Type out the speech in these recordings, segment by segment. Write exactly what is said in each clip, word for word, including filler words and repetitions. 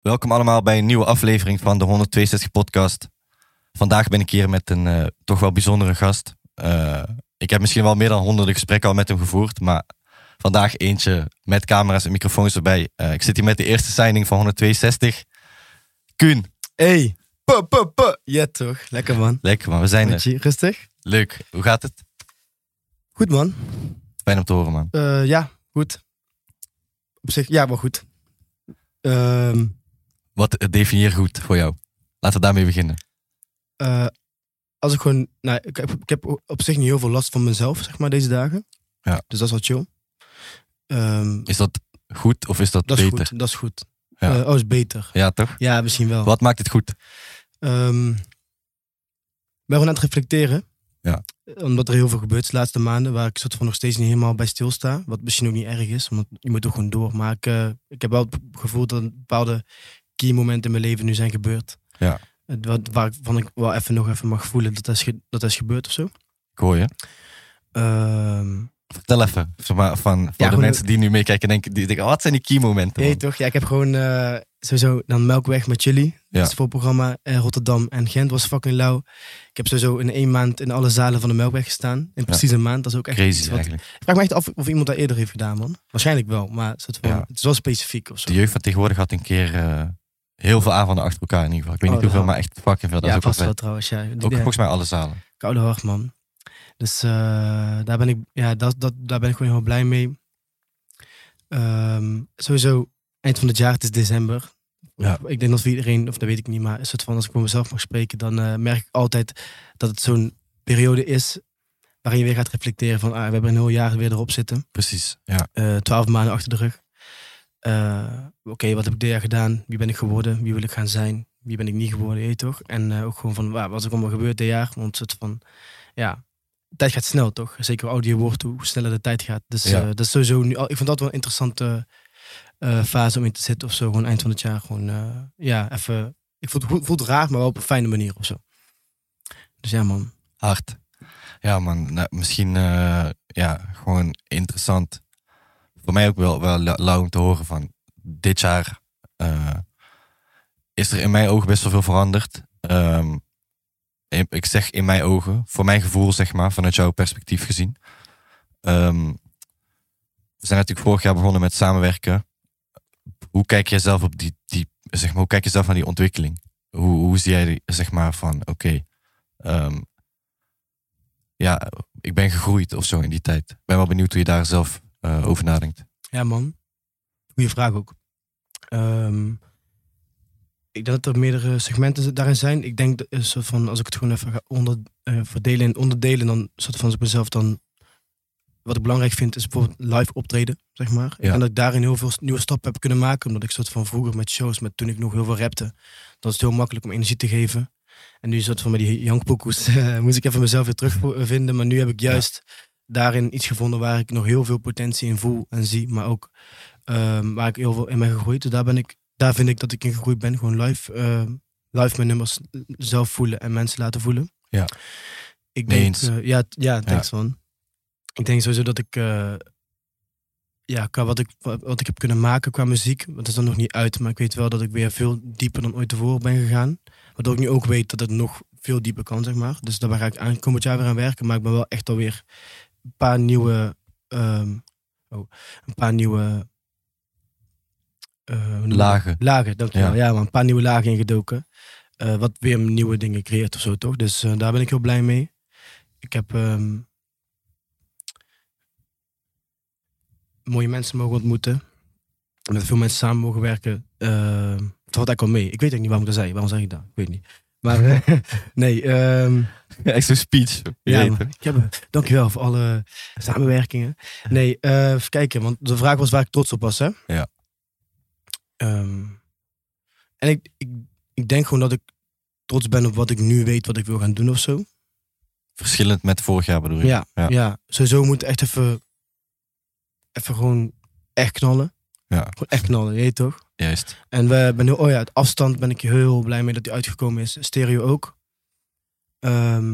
Welkom allemaal bij een nieuwe aflevering van de honderdtweeënzestig podcast. Vandaag ben ik hier met een uh, toch wel bijzondere gast. Uh, ik heb misschien wel meer dan honderden gesprekken al met hem gevoerd, maar vandaag eentje met camera's en microfoons erbij. Uh, ik zit hier met de eerste signing van honderdtweeënzestig. Kuhn. Hey, puh, puh, puh. Ja toch, lekker man. Lekker man, we zijn er. Je, rustig? Leuk, hoe gaat het? Goed man. Fijn om te horen man. Uh, ja, goed. Op zich, ja, wel goed. Uh, Wat definieer goed voor jou? Laten we daarmee beginnen. Uh, als ik gewoon, nou, ik heb, ik heb op zich niet heel veel last van mezelf, zeg maar, deze dagen. Ja. Dus dat is wel chill. Um, is dat goed of is dat, dat beter? Is goed, dat is goed. Ja. Uh, oh, is beter. Ja, toch? Ja, misschien wel. Wat maakt het goed? Um, ik ben gewoon aan het reflecteren. Ja. Omdat er heel veel gebeurt de laatste maanden, waar ik soort van nog steeds niet helemaal bij stilsta. Wat misschien ook niet erg is, want je moet er gewoon door. Maar ik, uh, ik heb wel het gevoel dat bepaalde key momenten in mijn leven nu zijn gebeurd. Ja. Wat, waarvan ik wel even nog even mag voelen dat dat is, ge, dat is gebeurd of zo. Ik hoor je. Uh, Vertel even, zeg maar, van, voor ja, de mensen die nu meekijken denken, die denken, wat zijn die key momenten? Nee, toch? Ja, ik heb gewoon uh, sowieso dan Melkweg met jullie. Ja. Dat is het voorprogramma. Uh, Rotterdam en Gent was fucking lauw. Ik heb sowieso in één maand in alle zalen van de Melkweg gestaan. In precies ja. een maand. Dat is ook echt crazy iets wat, eigenlijk. Ik vraag me echt af of iemand dat eerder heeft gedaan, man. Waarschijnlijk wel, maar soort van, ja. het is wel specifiek of zo. De jeugd van tegenwoordig had een keer uh, heel veel avonden achter elkaar in ieder geval. Ik weet oh, niet hoeveel, maar echt fucking veel. Dat ja, is ook vast wel trouwens. Ja. Die, ook ja. volgens mij alle zalen. Koude hard, man. Dus uh, daar ben ik, ja, dat, dat, daar ben ik gewoon heel blij mee. Um, sowieso, eind van het jaar, het is december. Ja. Ik denk dat voor iedereen, of dat weet ik niet, maar is het van als ik voor mezelf mag spreken, dan uh, merk ik altijd dat het zo'n periode is waarin je weer gaat reflecteren van, ah, we hebben een heel jaar weer erop zitten. Precies, ja. Uh, twaalf maanden achter de rug. Uh, Oké, okay, wat heb ik dit jaar gedaan? Wie ben ik geworden? Wie wil ik gaan zijn? Wie ben ik niet geworden? Je toch? En uh, ook gewoon van, wow, wat is er allemaal gebeurd dit jaar? Want het van, ja... De tijd gaat snel, toch? Zeker hoe ouder je wordt, hoe sneller de tijd gaat. Dus ja. uh, dat is sowieso nu. Ik vond dat wel een interessante uh, fase om in te zitten of zo. Gewoon eind van het jaar. Gewoon, uh, ja, even. Ik voel het voelt raar, maar wel op een fijne manier of zo. Dus ja, man. Hard. Ja, man. Nou, misschien, uh, ja, gewoon interessant. Voor mij ook wel, wel lauw om te horen van. Dit jaar uh, is er in mijn ogen best wel veel veranderd. Um, Ik zeg in mijn ogen, voor mijn gevoel zeg maar, vanuit jouw perspectief gezien. Um, we zijn natuurlijk vorig jaar begonnen met samenwerken. Hoe kijk jij zelf op die, die zeg maar, hoe kijk je zelf naar die ontwikkeling? Hoe, hoe zie jij die, zeg maar van, oké, okay, um, ja, ik ben gegroeid of zo in die tijd. Ik ben wel benieuwd hoe je daar zelf uh, over nadenkt. Ja man, goeie vraag ook. Um... Ik denk dat er meerdere segmenten daarin zijn. Ik denk, dat, soort van, als ik het gewoon even ga onder, uh, verdelen in onderdelen, dan soort van als ik mezelf dan... Wat ik belangrijk vind, is bijvoorbeeld live optreden, zeg maar. Ja. En dat ik daarin heel veel nieuwe stappen heb kunnen maken. Omdat ik soort van vroeger met shows, met toen ik nog heel veel rapte, dan is het heel makkelijk om energie te geven. En nu soort van met die jankpokoes uh, moest ik even mezelf weer terugvinden. Maar nu heb ik juist ja. daarin iets gevonden waar ik nog heel veel potentie in voel en zie. Maar ook um, waar ik heel veel in ben gegroeid. Dus daar ben ik... Daar vind ik dat ik in gegroeid ben. Gewoon live, uh, live mijn nummers zelf voelen en mensen laten voelen. Ja. Ik denk, uh, ja, ja, thanks ja. man. Ik denk sowieso dat ik, uh, ja, qua wat ik, wat ik heb kunnen maken qua muziek, dat is dan nog niet uit, maar ik weet wel dat ik weer veel dieper dan ooit tevoren ben gegaan. Waardoor ik nu ook weet dat het nog veel dieper kan, zeg maar. Dus daar ga ik aankomend jaar weer aan werken, maar ik ben wel echt alweer een paar nieuwe, um, oh, een paar nieuwe Uh, lagen. Lagen, dankjewel. Ja, ja maar een paar nieuwe lagen ingedoken. Uh, wat weer nieuwe dingen creëert of zo, toch? Dus uh, daar ben ik heel blij mee. Ik heb um, mooie mensen mogen ontmoeten. Met veel mensen samen mogen werken. Uh, het valt eigenlijk wel mee. Ik weet ook niet waarom ik dat zei. Waarom zeg ik dat? Ik weet niet. Maar nee. Um, Echt zo'n speech. Ja, man, ik heb, dankjewel voor alle samenwerkingen. Nee, uh, even kijken. Want de vraag was waar ik trots op was, hè? Ja. Um, en ik, ik, ik denk gewoon dat ik trots ben op wat ik nu weet wat ik wil gaan doen of zo. Verschillend met vorig jaar bedoel je? Ja, ja. ja. Sowieso moet echt even, even gewoon echt knallen. Ja. Gewoon echt knallen, je weet toch? Juist. En we hebben nu, oh ja, het afstand ben ik heel blij mee dat die uitgekomen is. Stereo ook. Um,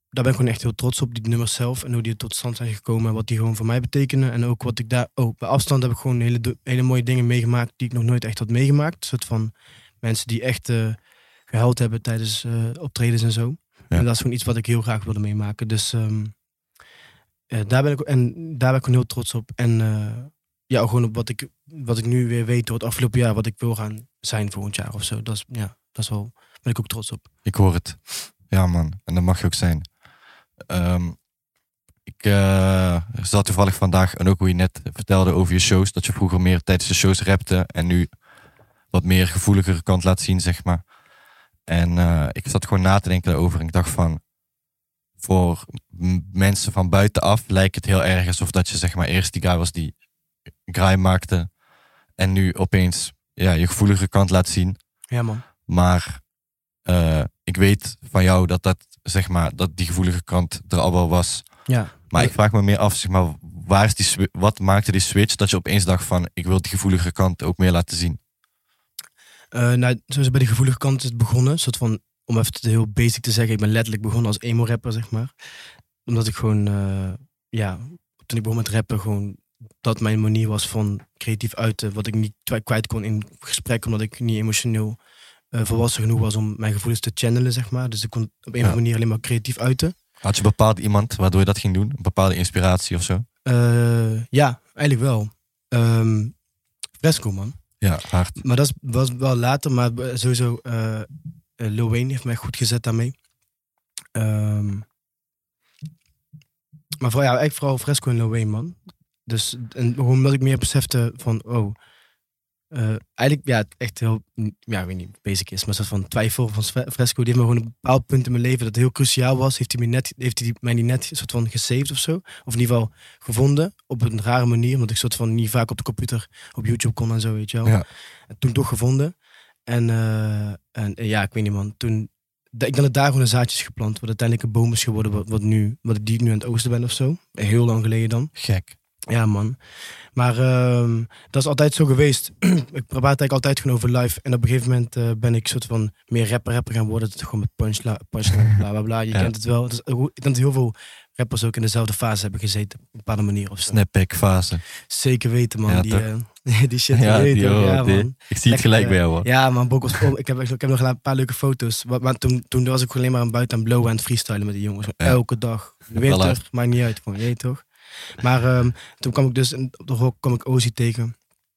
daar ben ik gewoon echt heel trots op, die nummers zelf. En hoe die tot stand zijn gekomen en wat die gewoon voor mij betekenen. En ook wat ik daar... Oh, bij afstand heb ik gewoon hele, hele mooie dingen meegemaakt die ik nog nooit echt had meegemaakt. Een soort van mensen die echt uh, gehuild hebben tijdens uh, optredens en zo. Ja. En dat is gewoon iets wat ik heel graag wilde meemaken. Dus um, uh, daar ben ik en daar ben ik gewoon heel trots op. En uh, ja, gewoon op wat ik, wat ik nu weer weet door het afgelopen jaar, wat ik wil gaan zijn volgend jaar of zo. Dat is, ja, dat is wel, ben ik ook trots op. Ik hoor het. Ja man, en dat mag je ook zijn. Um, ik uh, zat toevallig vandaag, en ook hoe je net vertelde over je shows, dat je vroeger meer tijdens de shows rapte en nu wat meer gevoeligere kant laat zien, zeg maar. En uh, ik zat gewoon na te denken daarover en ik dacht van, voor m- mensen van buitenaf lijkt het heel erg alsof dat je zeg maar eerst die guy was die grime maakte en nu opeens ja, je gevoelige kant laat zien. Ja man. Maar uh, ik weet van jou dat dat zeg maar dat die gevoelige kant er al wel was. Ja. Maar ik vraag me meer af, zeg maar, waar is die sw- wat maakte die switch dat je opeens dacht van ik wil die gevoelige kant ook meer laten zien? Uh, nou, zoals bij de gevoelige kant is het begonnen, soort van, om even het heel basic te zeggen, ik ben letterlijk begonnen als emo-rapper, zeg maar. Omdat ik gewoon, uh, ja, toen ik begon met rappen, gewoon dat mijn manier was van creatief uiten, wat ik niet kwijt kon in gesprek, omdat ik niet emotioneel uh, volwassen genoeg was om mijn gevoelens te channelen, zeg maar. Dus ik kon op een of andere manier alleen maar creatief uiten. Had je bepaald iemand waardoor je dat ging doen? Een bepaalde inspiratie of zo? Uh, ja, eigenlijk wel. Um, Fresco, man. Ja, hard. Maar dat was wel later, maar sowieso uh, Lil Wayne heeft mij goed gezet daarmee. Um, maar vooral, ja, eigenlijk vooral Fresco en Lil Wayne, man. Dus en gewoon omdat ik meer besefte van, oh, uh, eigenlijk, ja, het echt heel, ja, ik weet niet, basic is, maar soort van twijfel van Fresco, die heeft me gewoon een bepaald punt in mijn leven dat heel cruciaal was, heeft hij mij net, heeft hij mij niet net soort van gesaved of zo, of in ieder geval gevonden, op een rare manier, omdat ik soort van niet vaak op de computer op YouTube kon en zo, weet je wel. Ja. En toen toch gevonden. En, uh, en uh, ja, ik weet niet, man, toen, ik dan het daar gewoon een zaadjes geplant, wat uiteindelijk een boom is geworden, wat, wat nu, wat ik die nu aan het oosten ben of zo. Heel lang geleden dan. Gek. Ja, man. Maar uh, dat is altijd zo geweest. Ik praat eigenlijk altijd gewoon over live. En op een gegeven moment uh, ben ik soort van meer rapper rapper gaan worden. Dat gewoon met punchline, punchline, bla bla bla. Je ja. kent het wel. Dus, ik denk dat heel veel rappers ook in dezelfde fase hebben gezeten. Op een bepaalde manier of zo. Snapback fase. Zeker weten, man. Ja, die, uh, die shit ja, weten. Die, oh, ja, die. man. Ik zie het gelijk uh, bij jou, hoor. Ja, man. Bokkels, oh, ik, heb, ik heb nog een paar leuke foto's. Maar toen, toen was ik alleen maar aan buiten aan blowen aan het freestylen met die jongens. Ja. Elke dag. Winter, maakt niet uit. Gewoon, je weet toch? Maar um, toen kwam ik dus op de rock kwam ik Ozzy tegen.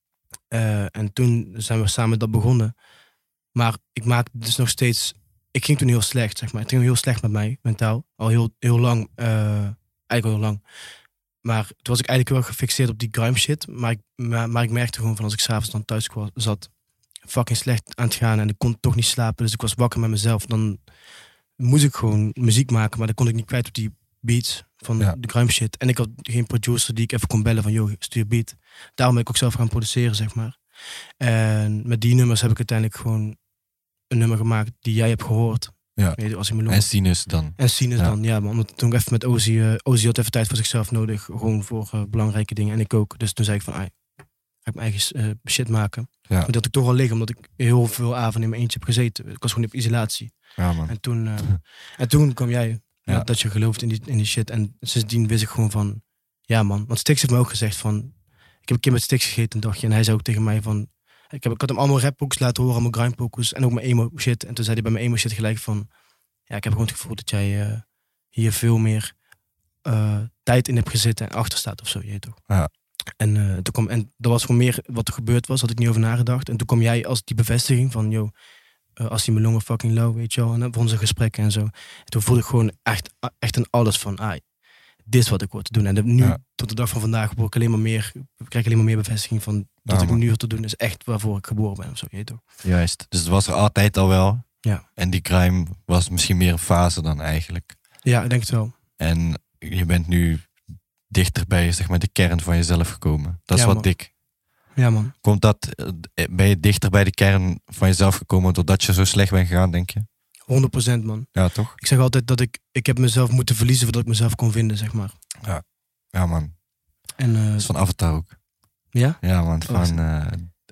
Uh, en toen zijn we samen dat begonnen. Maar ik maakte dus nog steeds... Ik ging toen heel slecht, zeg maar. Het ging heel slecht met mij, mentaal. Al heel, heel lang. Uh, eigenlijk al heel lang. Maar toen was ik eigenlijk wel gefixeerd op die grime shit. Maar ik, maar, maar ik merkte gewoon van als ik s'avonds dan thuis kwam, zat fucking slecht aan het gaan. En ik kon toch niet slapen. Dus ik was wakker met mezelf. Dan moest ik gewoon muziek maken. Maar dan kon ik niet kwijt op die beats van ja. de grime shit. En ik had geen producer die ik even kon bellen van, joh, stuur beat. Daarom ben ik ook zelf gaan produceren, zeg maar. En met die nummers heb ik uiteindelijk gewoon een nummer gemaakt die jij hebt gehoord. Ja. Weet je, als ik me en Sinus dan. En Sinus ja. dan, ja man. Want toen ik even met Ozzy, uh, Ozzy had even tijd voor zichzelf nodig. Gewoon voor uh, belangrijke dingen. En ik ook. Dus toen zei ik van, ai, ga ik mijn eigen uh, shit maken. Ja. Want dat had ik toch al liggen, omdat ik heel veel avonden in mijn eentje heb gezeten. Ik was gewoon op isolatie. Ja, man. En toen, uh, en toen kwam jij... Ja. Dat je gelooft in die, in die shit. En sindsdien wist ik gewoon van... Ja man, want Stix heeft me ook gezegd van... Ik heb een keer met Stix gegeten een dagje. En hij zei ook tegen mij van... Ik, heb, ik had hem allemaal rappokus laten horen. Allemaal grindpokus. En ook mijn emo shit. En toen zei hij bij mijn emo shit gelijk van... Ja, ik heb gewoon het gevoel dat jij uh, hier veel meer... Uh, tijd in hebt gezeten en achter staat of zo. Je weet toch? Ja. En, uh, toen kwam, en dat was gewoon meer wat er gebeurd was. Had ik niet over nagedacht. En toen kwam jij als die bevestiging van... Yo, Uh, als die mijn longen fucking low, weet je wel. En voor onze gesprekken en zo. En toen voelde ik gewoon echt, echt een alles van, ah, dit is wat ik hoor te doen. En de, nu, ja. tot de dag van vandaag, word ik alleen maar meer, krijg ik alleen maar meer bevestiging van, dat ja, ik nu hoor te doen, is echt waarvoor ik geboren ben of zo, je weet toch. Juist, dus het was er altijd al wel. Ja. En die crime was misschien meer een fase dan eigenlijk. Ja, ik denk het wel. En je bent nu dichter bij, zeg maar, de kern van jezelf gekomen. Dat is ja, wat man. dik. Ja, man. Komt dat, ben je dichter bij de kern van jezelf gekomen doordat je zo slecht bent gegaan, denk je? honderd procent, man. Ja, toch? Ik zeg altijd dat ik, ik heb mezelf moeten verliezen voordat ik mezelf kon vinden, zeg maar. Ja, ja man. En, uh, dat is van Avatar ook. Ja? Ja, man. Van, uh,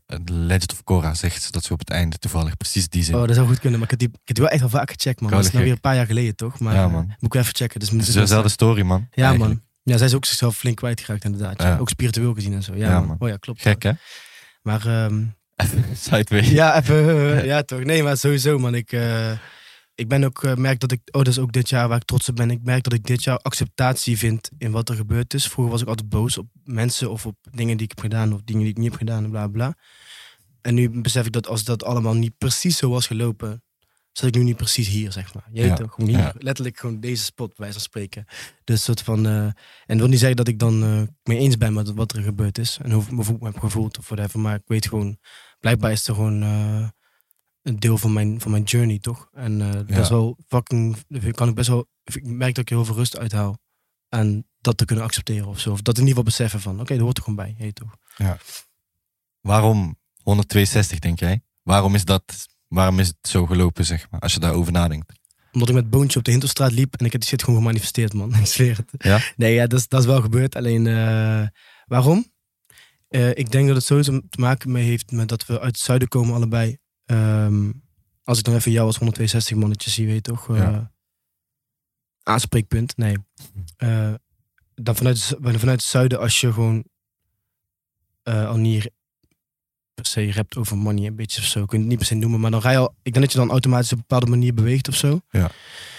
Legend of Korra zegt dat ze op het einde toevallig precies die zin. Oh, dat zou goed kunnen. Maar ik heb die, ik heb die wel echt wel vaak gecheckt, man. Dat is nou weer een paar jaar geleden, toch? Maar ja, man. Uh, moet ik wel even checken. Dus het is dezelfde story, man. Ja, eigenlijk. man. Ja, zij is ook zichzelf flink kwijtgeraakt, inderdaad. Ja. Ja. Ook spiritueel gezien en zo. Ja, ja man. man. Oh ja, klopt. Gek, hè? Maar... Um, even sideway. Ja, even... Uh, ja, toch. Nee, maar sowieso, man. Ik... Uh, Ik ben ook, uh, merk dat ik, oh, dat is ook dit jaar waar ik trots op ben. Ik merk dat ik dit jaar acceptatie vind in wat er gebeurd is. Vroeger was ik altijd boos op mensen of op dingen die ik heb gedaan of dingen die ik niet heb gedaan en bla bla. En nu besef ik dat als dat allemaal niet precies zo was gelopen, zat ik nu niet precies hier, zeg maar. Je weet ja. toch? Gewoon hier, ja. Letterlijk gewoon deze spot, bij wijze van spreken. Dus soort van, uh, en dat wil niet zeggen dat ik dan uh, mee eens ben met wat er gebeurd is en hoe ik me heb gevoeld of whatever. Maar ik weet gewoon, blijkbaar is er gewoon... Uh, een deel van mijn, van mijn journey, toch? En uh, dat ja. is wel fucking... Kan ik best wel... Ik merk dat ik er heel veel rust uithaal. En dat te kunnen accepteren of zo. Of dat in ieder geval beseffen van... Oké, okay, dat hoort er gewoon bij. Hey, toch? Ja. Waarom honderdtweeënzestig, denk jij? Waarom is dat... Waarom is het zo gelopen, zeg maar? Als je daarover nadenkt. Omdat ik met Boontje op de Hinterstraat liep... En ik heb die shit gewoon gemanifesteerd, man. Ik zweer het. Ja? Nee, ja, dat is, dat is wel gebeurd. Alleen... Uh, waarom? Uh, ik denk dat het sowieso te maken mee heeft... met dat we uit het zuiden komen allebei... Um, als ik dan even jou als honderdtweeënzestig mannetje zie, weet je toch? Uh, ja. Aanspreekpunt, nee. Uh, dan vanuit, vanuit het zuiden, als je gewoon uh, al niet per se rapt over money, een beetje of zo. Ik kan het niet per se noemen, maar dan ga je al... Ik denk dat je dan automatisch op een bepaalde manier beweegt of zo. Ja.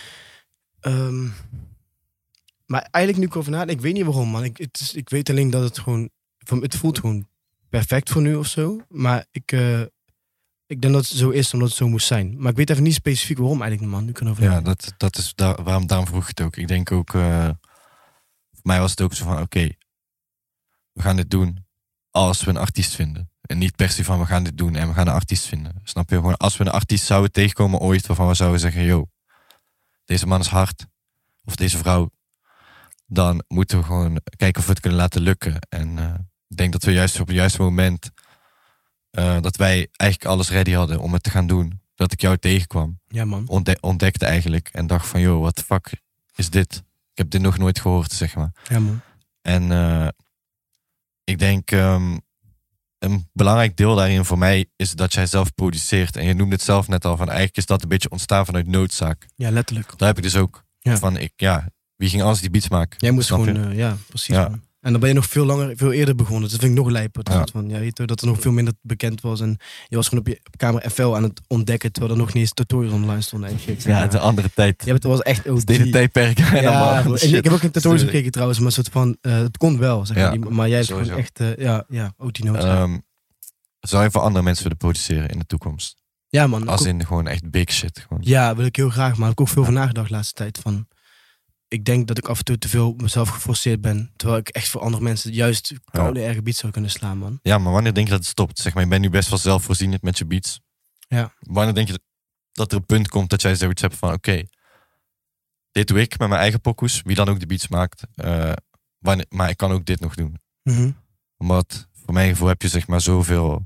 Um, maar eigenlijk nu ik over nadenk, ik weet niet waarom, man. Ik, het is, ik weet alleen dat het gewoon... Het voelt gewoon perfect voor nu of zo. Maar ik... Uh, Ik denk dat het zo is, omdat het zo moest zijn. Maar ik weet even niet specifiek waarom eigenlijk, man. Nu kan over ja, dat, dat is daar, waarom, daarom vroeg ik het ook. Ik denk ook, uh, voor mij was het ook zo van, oké, okay, we gaan dit doen als we een artiest vinden. En niet per se van, we gaan dit doen en we gaan een artiest vinden. Snap je? Gewoon, als we een artiest zouden tegenkomen ooit, waarvan we zouden zeggen, yo, deze man is hard, of deze vrouw, dan moeten we gewoon kijken of we het kunnen laten lukken. En uh, ik denk dat we juist op het juiste moment... Uh, dat wij eigenlijk alles ready hadden om het te gaan doen. Dat ik jou tegenkwam. Ja, man. Ontde- ontdekte eigenlijk. En dacht van, joh, what the fuck is dit? Ik heb dit nog nooit gehoord, zeg maar. Ja, man. En uh, ik denk, um, een belangrijk deel daarin voor mij is dat jij zelf produceert. En je noemde het zelf net al, van eigenlijk is dat een beetje ontstaan vanuit noodzaak. Ja, letterlijk. Daar heb ik dus ook ja. van, ik, ja, wie ging anders die beats maken? Jij moest gewoon, uh, ja, precies. Ja. Man. En dan ben je nog veel langer, veel eerder begonnen. Dus dat vind ik nog lijper. Ja. Van, ja, weet je, dat er nog veel minder bekend was. En je was gewoon op je op kamer F L aan het ontdekken. Terwijl er nog niet eens tutorials online stonden. En shit. Ja, het is een andere tijd. Ja, het was echt... Oh, het is de tijdperk. Ja, en ik heb ook geen tutorials gekeken trouwens. Maar soort van, uh, het kon wel. Zeg maar, ja, maar jij hebt gewoon echt... Uh, ja, ja, O T notes. Um, zou je voor andere mensen willen produceren in de toekomst? Ja, man. Als in gewoon echt big shit. Gewoon. Ja, wil ik heel graag. Maar ik heb ook veel ja. van nagedacht de laatste tijd. Van... Ik denk dat ik af en toe te veel mezelf geforceerd ben. Terwijl ik echt voor andere mensen juist koude ja. erge beats zou kunnen slaan, man. Ja, maar wanneer denk je dat het stopt? Zeg maar, je bent nu best wel zelfvoorzienend met je beats. Ja. Wanneer denk je dat er een punt komt dat jij zoiets hebt van... Oké, okay, dit doe ik met mijn eigen pokoes. Wie dan ook de beats maakt. Uh, wanneer, maar ik kan ook dit nog doen. Mm-hmm. Omdat, voor mijn gevoel heb je zeg maar zoveel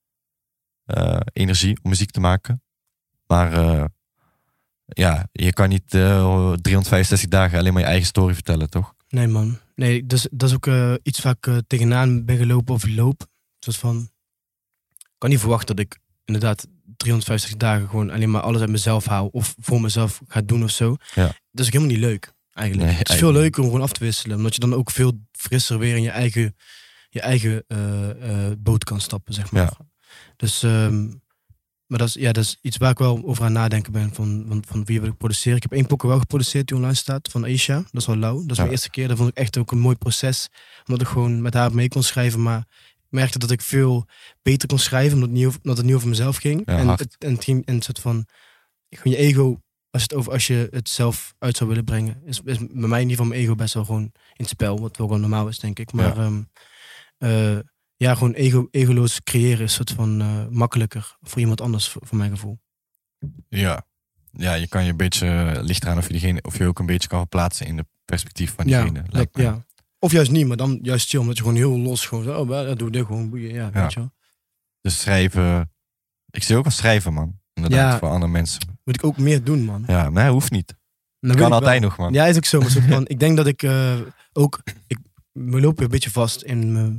uh, energie om muziek te maken. Maar... Uh, Ja, je kan niet uh, driehonderdvijfenzestig dagen alleen maar je eigen story vertellen, toch? Nee, man. Nee, dus, dat is ook uh, iets waar ik uh, tegenaan ben gelopen of loop. Zoals van... Ik kan niet verwachten dat ik inderdaad driehonderdvijfenzestig dagen gewoon alleen maar alles uit mezelf haal. Of voor mezelf ga doen of zo. Ja. Dat is ook helemaal niet leuk, eigenlijk. Nee, het is veel leuker om gewoon af te wisselen. Omdat je dan ook veel frisser weer in je eigen, je eigen uh, uh, boot kan stappen, zeg maar. Ja. Dus... Um, Maar dat is, ja, dat is iets waar ik wel over aan nadenken ben. Van, van, van wie wil ik produceren. Ik heb één pokken wel geproduceerd die online staat. Van Aisha. Dat is wel lauw. Dat is ja. mijn eerste keer. Dat vond ik echt ook een mooi proces. Omdat ik gewoon met haar mee kon schrijven. Maar ik merkte dat ik veel beter kon schrijven. Omdat het niet over, omdat het niet over mezelf ging. Ja, en, het, en het ging en het soort van... Gewoon je ego... Als, het over, als je het zelf uit zou willen brengen. Is, is bij mij in ieder geval mijn ego best wel gewoon in het spel. Wat wel gewoon normaal is, denk ik. Maar... Ja. Um, uh, Ja, gewoon ego, egoloos creëren is soort van uh, makkelijker voor iemand anders, voor, voor mijn gevoel. Ja. Ja, je kan je een beetje, uh, ligt eraan of je, diegene, of je ook een beetje kan verplaatsen in de perspectief van diegene. Ja, lijkt dat, ja. Of juist niet, maar dan juist chill, omdat je gewoon heel los gewoon zo, oh, dat doe ik gewoon, boeien, ja, ja. weet je wel. Dus schrijven, ik zie ook wel schrijven, man. Inderdaad, ja, voor andere mensen. Moet ik ook meer doen, man. Ja, maar hoeft niet. Dat kan altijd nog, man. Ja, is ook zo. Maar soort van, ik denk dat ik uh, ook, ik, we lopen een beetje vast in mijn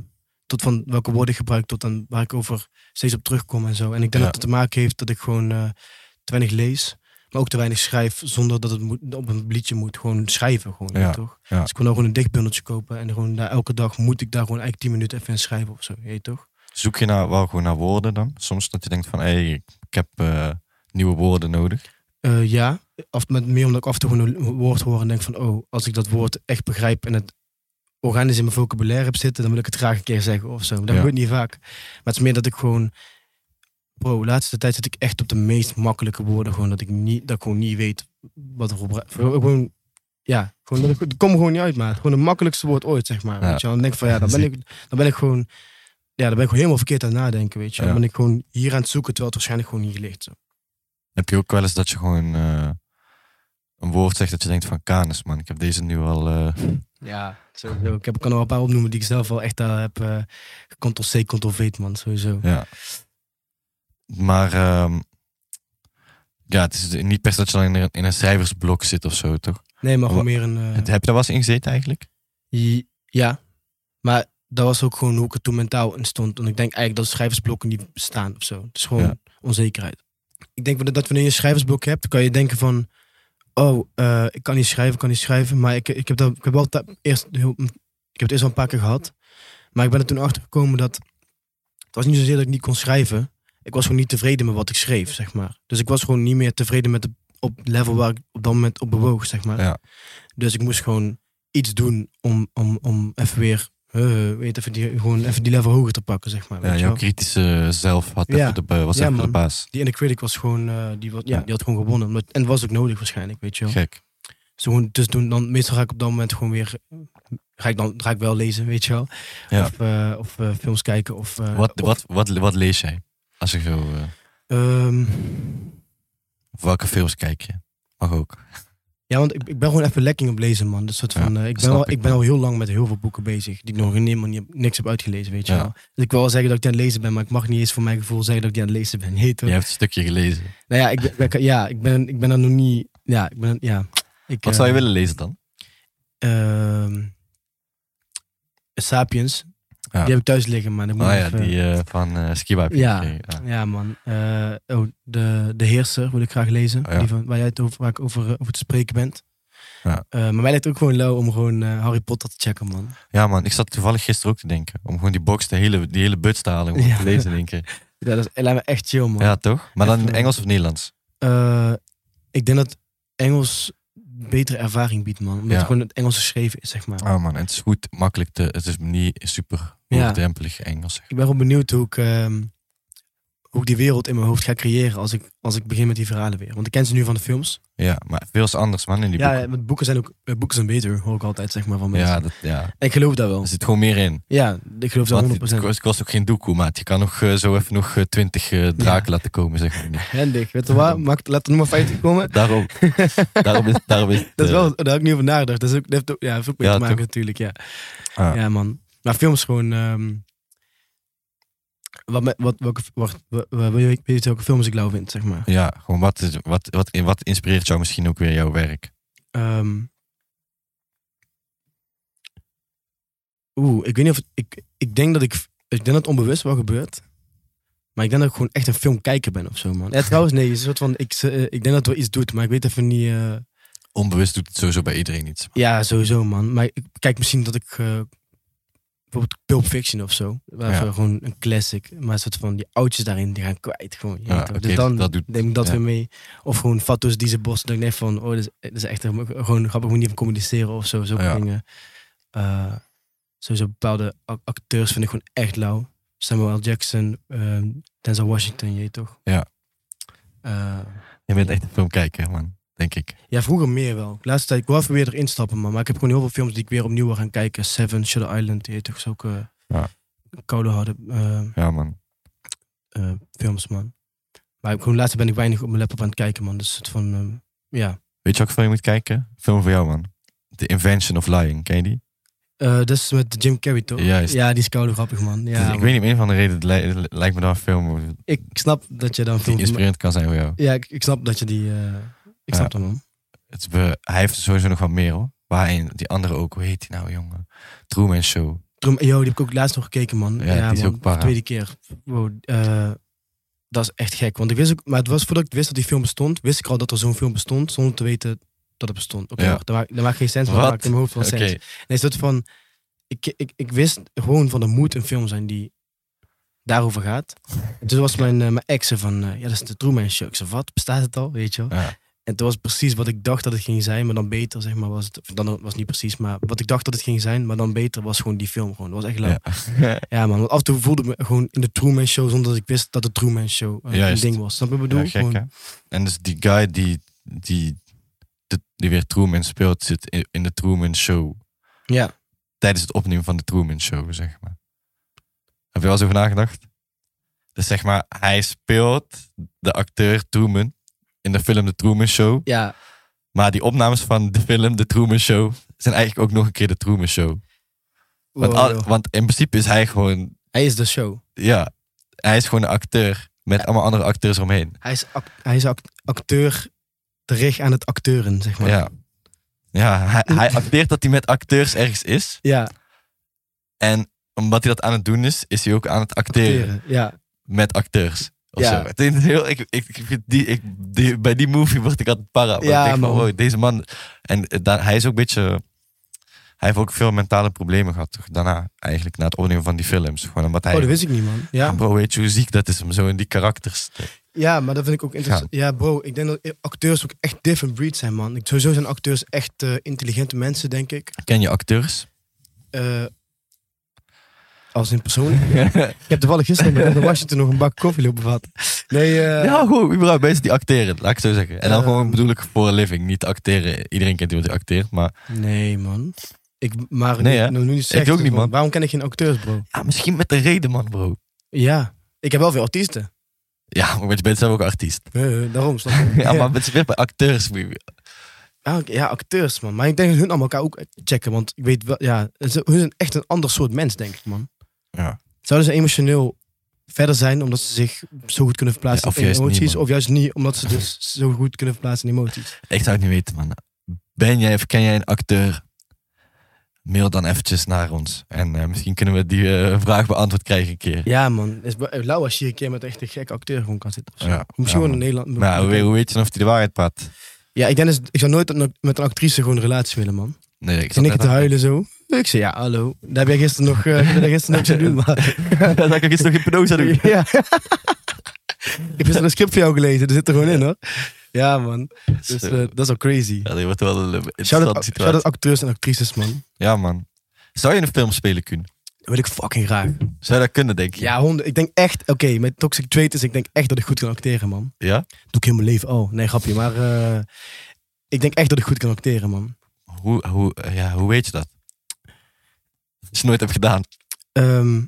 tot van welke woorden ik gebruik, tot aan waar ik over steeds op terugkom en zo. En ik denk Ja. dat het te maken heeft dat ik gewoon uh, te weinig lees, maar ook te weinig schrijf, zonder dat het moet, op een liedje moet. Gewoon schrijven, gewoon, Ja. ja, toch? Ja. Dus ik kon ook gewoon een dichtbundeltje kopen en gewoon daar, elke dag moet ik daar gewoon eigenlijk tien minuten even in schrijven of zo, weet je toch? Zoek je nou wel gewoon naar woorden dan? Soms dat je denkt van, hé, hey, ik heb uh, nieuwe woorden nodig. Uh, ja, of met meer omdat ik af en toe gewoon een woord hoor en denk van, oh, als ik dat woord echt begrijp en het organisch in mijn vocabulaire heb zitten, dan wil ik het graag een keer zeggen of zo. Dat Ja. gebeurt niet vaak. Maar het is meer dat ik gewoon, bro, de laatste tijd zit ik echt op de meest makkelijke woorden, gewoon dat ik niet, dat ik gewoon niet weet wat er op. Gewoon, ja, gewoon dat ik, het komt gewoon niet uit, maat. Gewoon het makkelijkste woord ooit, zeg maar. Ja. Weet je wel. Dan denk ik van, ja, dan ben ik, dan ben ik gewoon, ja, dan ben ik gewoon helemaal verkeerd aan het nadenken, weet je wel. Ja. Dan ben ik gewoon hier aan het zoeken, terwijl het waarschijnlijk gewoon hier ligt. Zo. Heb je ook wel eens dat je gewoon uh, een woord zegt dat je denkt van, Canis man, ik heb deze nu al... Uh... Ja, sowieso. Ik, heb, ik kan er wel een paar opnoemen die ik zelf al echt uh, heb uh, Ctrl-C, Ctrl-V, man, sowieso. Ja. Maar um, ja, het is niet per se dat je dan in een, in een schrijversblok zit of zo, toch? Nee, maar gewoon meer een... Uh... Heb je daar wel eens in gezeten eigenlijk? Ja, maar dat was ook gewoon hoe ik er toen mentaal in stond. En ik denk eigenlijk dat schrijversblokken niet bestaan of zo. Het is gewoon ja. onzekerheid. Ik denk dat wanneer je een schrijversblok hebt, dan kan je denken van... Oh, uh, ik kan niet schrijven, ik kan niet schrijven. Maar ik, ik heb dat ik heb wel eerst heel, ik heb het eerst al een paar keer gehad. Maar ik ben er toen achter gekomen dat... Het was niet zozeer dat ik niet kon schrijven. Ik was gewoon niet tevreden met wat ik schreef, zeg maar. Dus ik was gewoon niet meer tevreden met de op level waar ik op dat moment op bewoog, zeg maar. Ja. Dus ik moest gewoon iets doen om, om, om even weer... Uh, weet even die, gewoon even die level hoger te pakken, zeg maar. Ja, weet jouw je kritische zelf had ja. even de, was ja, even man. de baas. Die Inner was gewoon, uh, die, was, ja, die had gewoon gewonnen. En dat was ook nodig waarschijnlijk, weet je wel. Gek. Dus, gewoon, dus doen, dan, meestal ga ik op dat moment gewoon weer, ga ik dan ga ik wel lezen, weet je wel. Ja. Of, uh, of uh, films kijken. Of, uh, wat, of, wat, wat, wat lees jij? Als je zo... Uh... Um, of welke films kijk je? Mag ook. Ja, want ik, ik ben gewoon even lekker op lezen, man. Dus soort van, ja, uh, ik, ben al, ik, ik ben al heel lang met heel veel boeken bezig. Die ik nog helemaal niet, niks heb uitgelezen, weet je ja. wel. Dus ik wil wel zeggen dat ik aan het lezen ben, maar ik mag niet eens voor mijn gevoel zeggen dat ik aan het lezen ben. Heet, je hebt een stukje gelezen. Nou ja, ik ben, ja, ik ben, ik ben er nog niet... Ja, ik ben... Ja, ik, Wat uh, zou je willen lezen dan? Uh, Sapiens. Ja. Die heb ik thuis liggen, maar... Oh ja, even... die uh, van uh, Skiba. Ja, ja. ja, man. Uh, oh, de, de Heerser wil ik graag lezen. Oh, ja. Die van, waar jij het over, waar ik over, over te spreken bent. Ja. Uh, maar mij lijkt ook gewoon lauw om gewoon uh, Harry Potter te checken, man. Ja, man. Ik zat toevallig gisteren ook te denken. Om gewoon die box, de hele, die hele buts te halen. Om ja. te lezen, denk ik. Ja, dat is, lijkt me echt chill, man. Ja, toch? Maar dan in Engels of Nederlands? Uh, ik denk dat Engels betere ervaring biedt, man. Omdat ja. het gewoon het Engels geschreven is, zeg maar. Oh man, en het is goed, makkelijk te... Het is niet super hoogdrempelig Engels. Zeg. Ik ben wel benieuwd hoe ik... Um, hoe ik die wereld in mijn hoofd ga creëren als ik, als ik begin met die verhalen weer. Want ik ken ze nu van de films. Ja, maar veel is anders, man, in die ja, boeken. Ja, boeken zijn ook boeken zijn beter, hoor ik altijd, zeg maar, van mensen. Ja, dat, ja. En ik geloof daar wel. Er zit gewoon meer in. Ja, ik geloof daar honderd procent. Het kost ook geen doekoe, maat. Je kan nog uh, zo even nog twintig uh, draken ja. laten komen, zeg maar. Handig, weet je waar? Maak, laat er nog maar vijftig komen. Daarom. daarom is, daarom is het, dat is wel, daar heb ik niet over nagedacht. Dat, is ook, dat heeft ook, ja, heeft ook mee ja, te maken, toch? Natuurlijk, ja. Ah. Ja, man. Maar films gewoon... Um, Wat, met, wat, welke, wacht, weet je welke films ik lauw vind, zeg maar? Ja, gewoon wat, is, wat, wat, wat inspireert jou misschien ook weer jouw werk? Um, Oeh, ik weet niet of het, ik, ik denk dat ik, ik denk dat het onbewust wel gebeurt. Maar ik denk dat ik gewoon echt een filmkijker ben of zo, man. Ja, trouwens, nee, een soort van, ik, uh, ik denk dat het wel iets doet, maar ik weet even niet... Uh... Onbewust doet het sowieso bij iedereen iets. Ja, sowieso, man. Maar ik kijk misschien dat ik... Uh, bijvoorbeeld Pulp Fiction of zo. Ja. Gewoon een classic. Maar een soort van die oudjes daarin, die gaan kwijt. Gewoon, ja, okay, dus dan dat doet, neem ik dat ja. weer mee. Of gewoon Fatos Diese Bos. Dan denk ik van, oh, dat is, dat is echt een, gewoon grappig manier van communiceren of zo. Zo ja. dingen. Uh, sowieso bepaalde acteurs vind ik gewoon echt lauw. Samuel L. Jackson, uh, Denzel Washington, je toch? Ja. Uh, je bent echt een filmkijker, man. Denk ik. Ja, vroeger meer wel. De laatste tijd, ik wil even weer erin stappen, man. Maar ik heb gewoon heel veel films die ik weer opnieuw wil gaan kijken. Seven, Shutter Island, die heet toch zulke ja. koude harde uh, ja, man. Uh, films, man. Maar ik, gewoon laatst ben ik weinig op mijn laptop aan het kijken, man. Dus het van, um, ja. Weet je welke film je moet kijken? Film voor jou, man. The Invention of Lying, ken je die? Uh, dat is met Jim Carrey, toch? Juist. Ja, die is koude grappig, man. Ja, dus ik man. weet niet, om een van de reden, het li- het lijkt me dan een film... Ik snap dat je dan... Die inspirerend kan zijn voor jou. Ja, ik, ik snap dat je die... Uh, ik snap ja. dat, man. Het be- hij heeft sowieso nog wat meer, hoor. Waarin die andere ook, hoe heet die nou, jongen? Truman Show. Trum, yo, die heb ik ook laatst nog gekeken, man. Ja, die is man, ook para. de tweede keer. Wow, uh, dat is echt gek. Want ik wist ook, maar het was voordat ik wist dat die film bestond, wist ik al dat er zo'n film bestond, zonder te weten dat het bestond. Oké, okay, ja. wacht, dat maakt, dat maakt geen sens, maar Wat? dat maakt in mijn hoofd wel Oké. sens. Nee, soort van, ik, ik, ik wist gewoon van, er moet een film zijn die daarover gaat. En toen was mijn, uh, mijn exen van, uh, ja, dat is de Truman Show. Ik zei, wat, bestaat het al, weet je wel? Ja. En toen was precies wat ik dacht dat het ging zijn, maar dan beter, zeg maar, was het, dan was het niet precies, maar wat ik dacht dat het ging zijn, maar dan beter was gewoon die film gewoon. Dat was echt leuk. Ja. Ja, man, want af en toe voelde ik me gewoon in de Truman Show zonder dat ik wist dat de Truman Show uh, Juist. een ding was. Snap je wat ik bedoel? Ja, gek, Gewoon- hè? En dus die guy die, die, die, die weer Truman speelt, zit in, in de Truman Show. ja. Tijdens het opnemen van de Truman Show, zeg maar. Heb je wel eens over nagedacht? Dus zeg maar, hij speelt de acteur Truman in de film The Truman Show. ja, Maar die opnames van de film The Truman Show zijn eigenlijk ook nog een keer de Truman Show. Want, wow. al- want in principe is hij gewoon, Hij is de show. ja, hij is gewoon een acteur met allemaal andere acteurs omheen. Hij is, ac- hij is act- acteur terecht aan het acteuren, zeg maar. Ja, ja hij, hij acteert dat hij met acteurs ergens is. ja En omdat hij dat aan het doen is, is hij ook aan het acteren, acteren. Ja. met acteurs. Of Ja. zo. Het is heel, ik, ik, ik vind die, ik, die, bij die movie word ik altijd para. Want Ja, ik denk van, man. oh, deze man... En eh, da- hij is ook een beetje... Hij heeft ook veel mentale problemen gehad. Toch, daarna, eigenlijk, na het opnemen van die films. Gewoon omdat hij... Oh, dat wist ik niet, man. Ja, Ja, bro, weet je hoe ziek dat is om zo in die karakters... te- ja maar dat vind ik ook interessant. Ja. bro, ik denk dat acteurs ook echt different breeds zijn, man. Ik, sowieso zijn acteurs echt uh, intelligente mensen, denk ik. Ken je acteurs? Uh, als in persoon. Ik heb toevallig gisteren in Washington nog een bak koffie lopen vatten. Nee, uh, Ja, gewoon, überhaupt mensen die acteren, laat ik zo zeggen. En dan Eh, gewoon bedoel ik voor een living, niet acteren. Iedereen kent iemand die acteert, maar... nee, man. Ik, maar Nee, nu- hè? nou, nu je zegt, ook niet, man. Waarom ken ik geen acteurs, bro? Ja, misschien met de reden, man, bro. Ja, ik heb wel veel artiesten. Ja, maar je bent zelf ook artiest. Uh, daarom, snap je? Ja, maar met weer bij acteurs. Ja, oké, ja, acteurs, man. Maar ik denk dat hun allemaal elkaar ook checken. Want ik weet wel, ja, ze- hun zijn echt een ander soort mens, denk ik, man. Ja. Zouden ze emotioneel verder zijn omdat ze zich zo goed kunnen verplaatsen Ja, of in juist emoties? niet, man. of juist niet omdat ze dus zo goed kunnen verplaatsen in emoties? Ik zou het niet weten, man. Ben jij of ken jij een acteur? Mail dan eventjes naar ons. En uh, misschien kunnen we die uh, vraag beantwoord krijgen een keer. Ja, man. Het is lauw als je een keer met echt een gekke acteur gewoon kan zitten. Of zo. Ja, Misschien ja, gewoon man. in Nederland. Maar hoe, hoe weet je dan of hij de waarheid praat? Ja, ik denk dus, ik zou nooit met een actrice gewoon een relatie willen, man. Nee, ik Ik zat zit net te aan- huilen zo. Ik zei, ja, hallo. Daar heb jij gisteren nog, uh, heb jij gisteren nog te doen, maar... Dat ik gisteren nog hypnose doen. Ja. Ik heb gisteren een script voor jou gelezen, dat zit er gewoon in, hoor. Ja, man. Dus uh, dat is wel crazy. Ja, dat wordt wel een interessante Shout-out situatie. shout-out acteurs en actrices, man. Ja, man. Zou je in een film spelen kunnen? Dat wil ik fucking graag. Zou je dat kunnen, denk je? Ja, honderd. Ik denk echt, oké, okay, met Toxic Traitors, ik denk echt dat ik goed kan acteren, man. Ja? Doe ik heel mijn leven. Oh, nee, grapje. Maar uh, ik denk echt dat ik goed kan acteren, man. Hoe, hoe, ja, hoe weet je dat? Als je het nooit hebt gedaan. Um,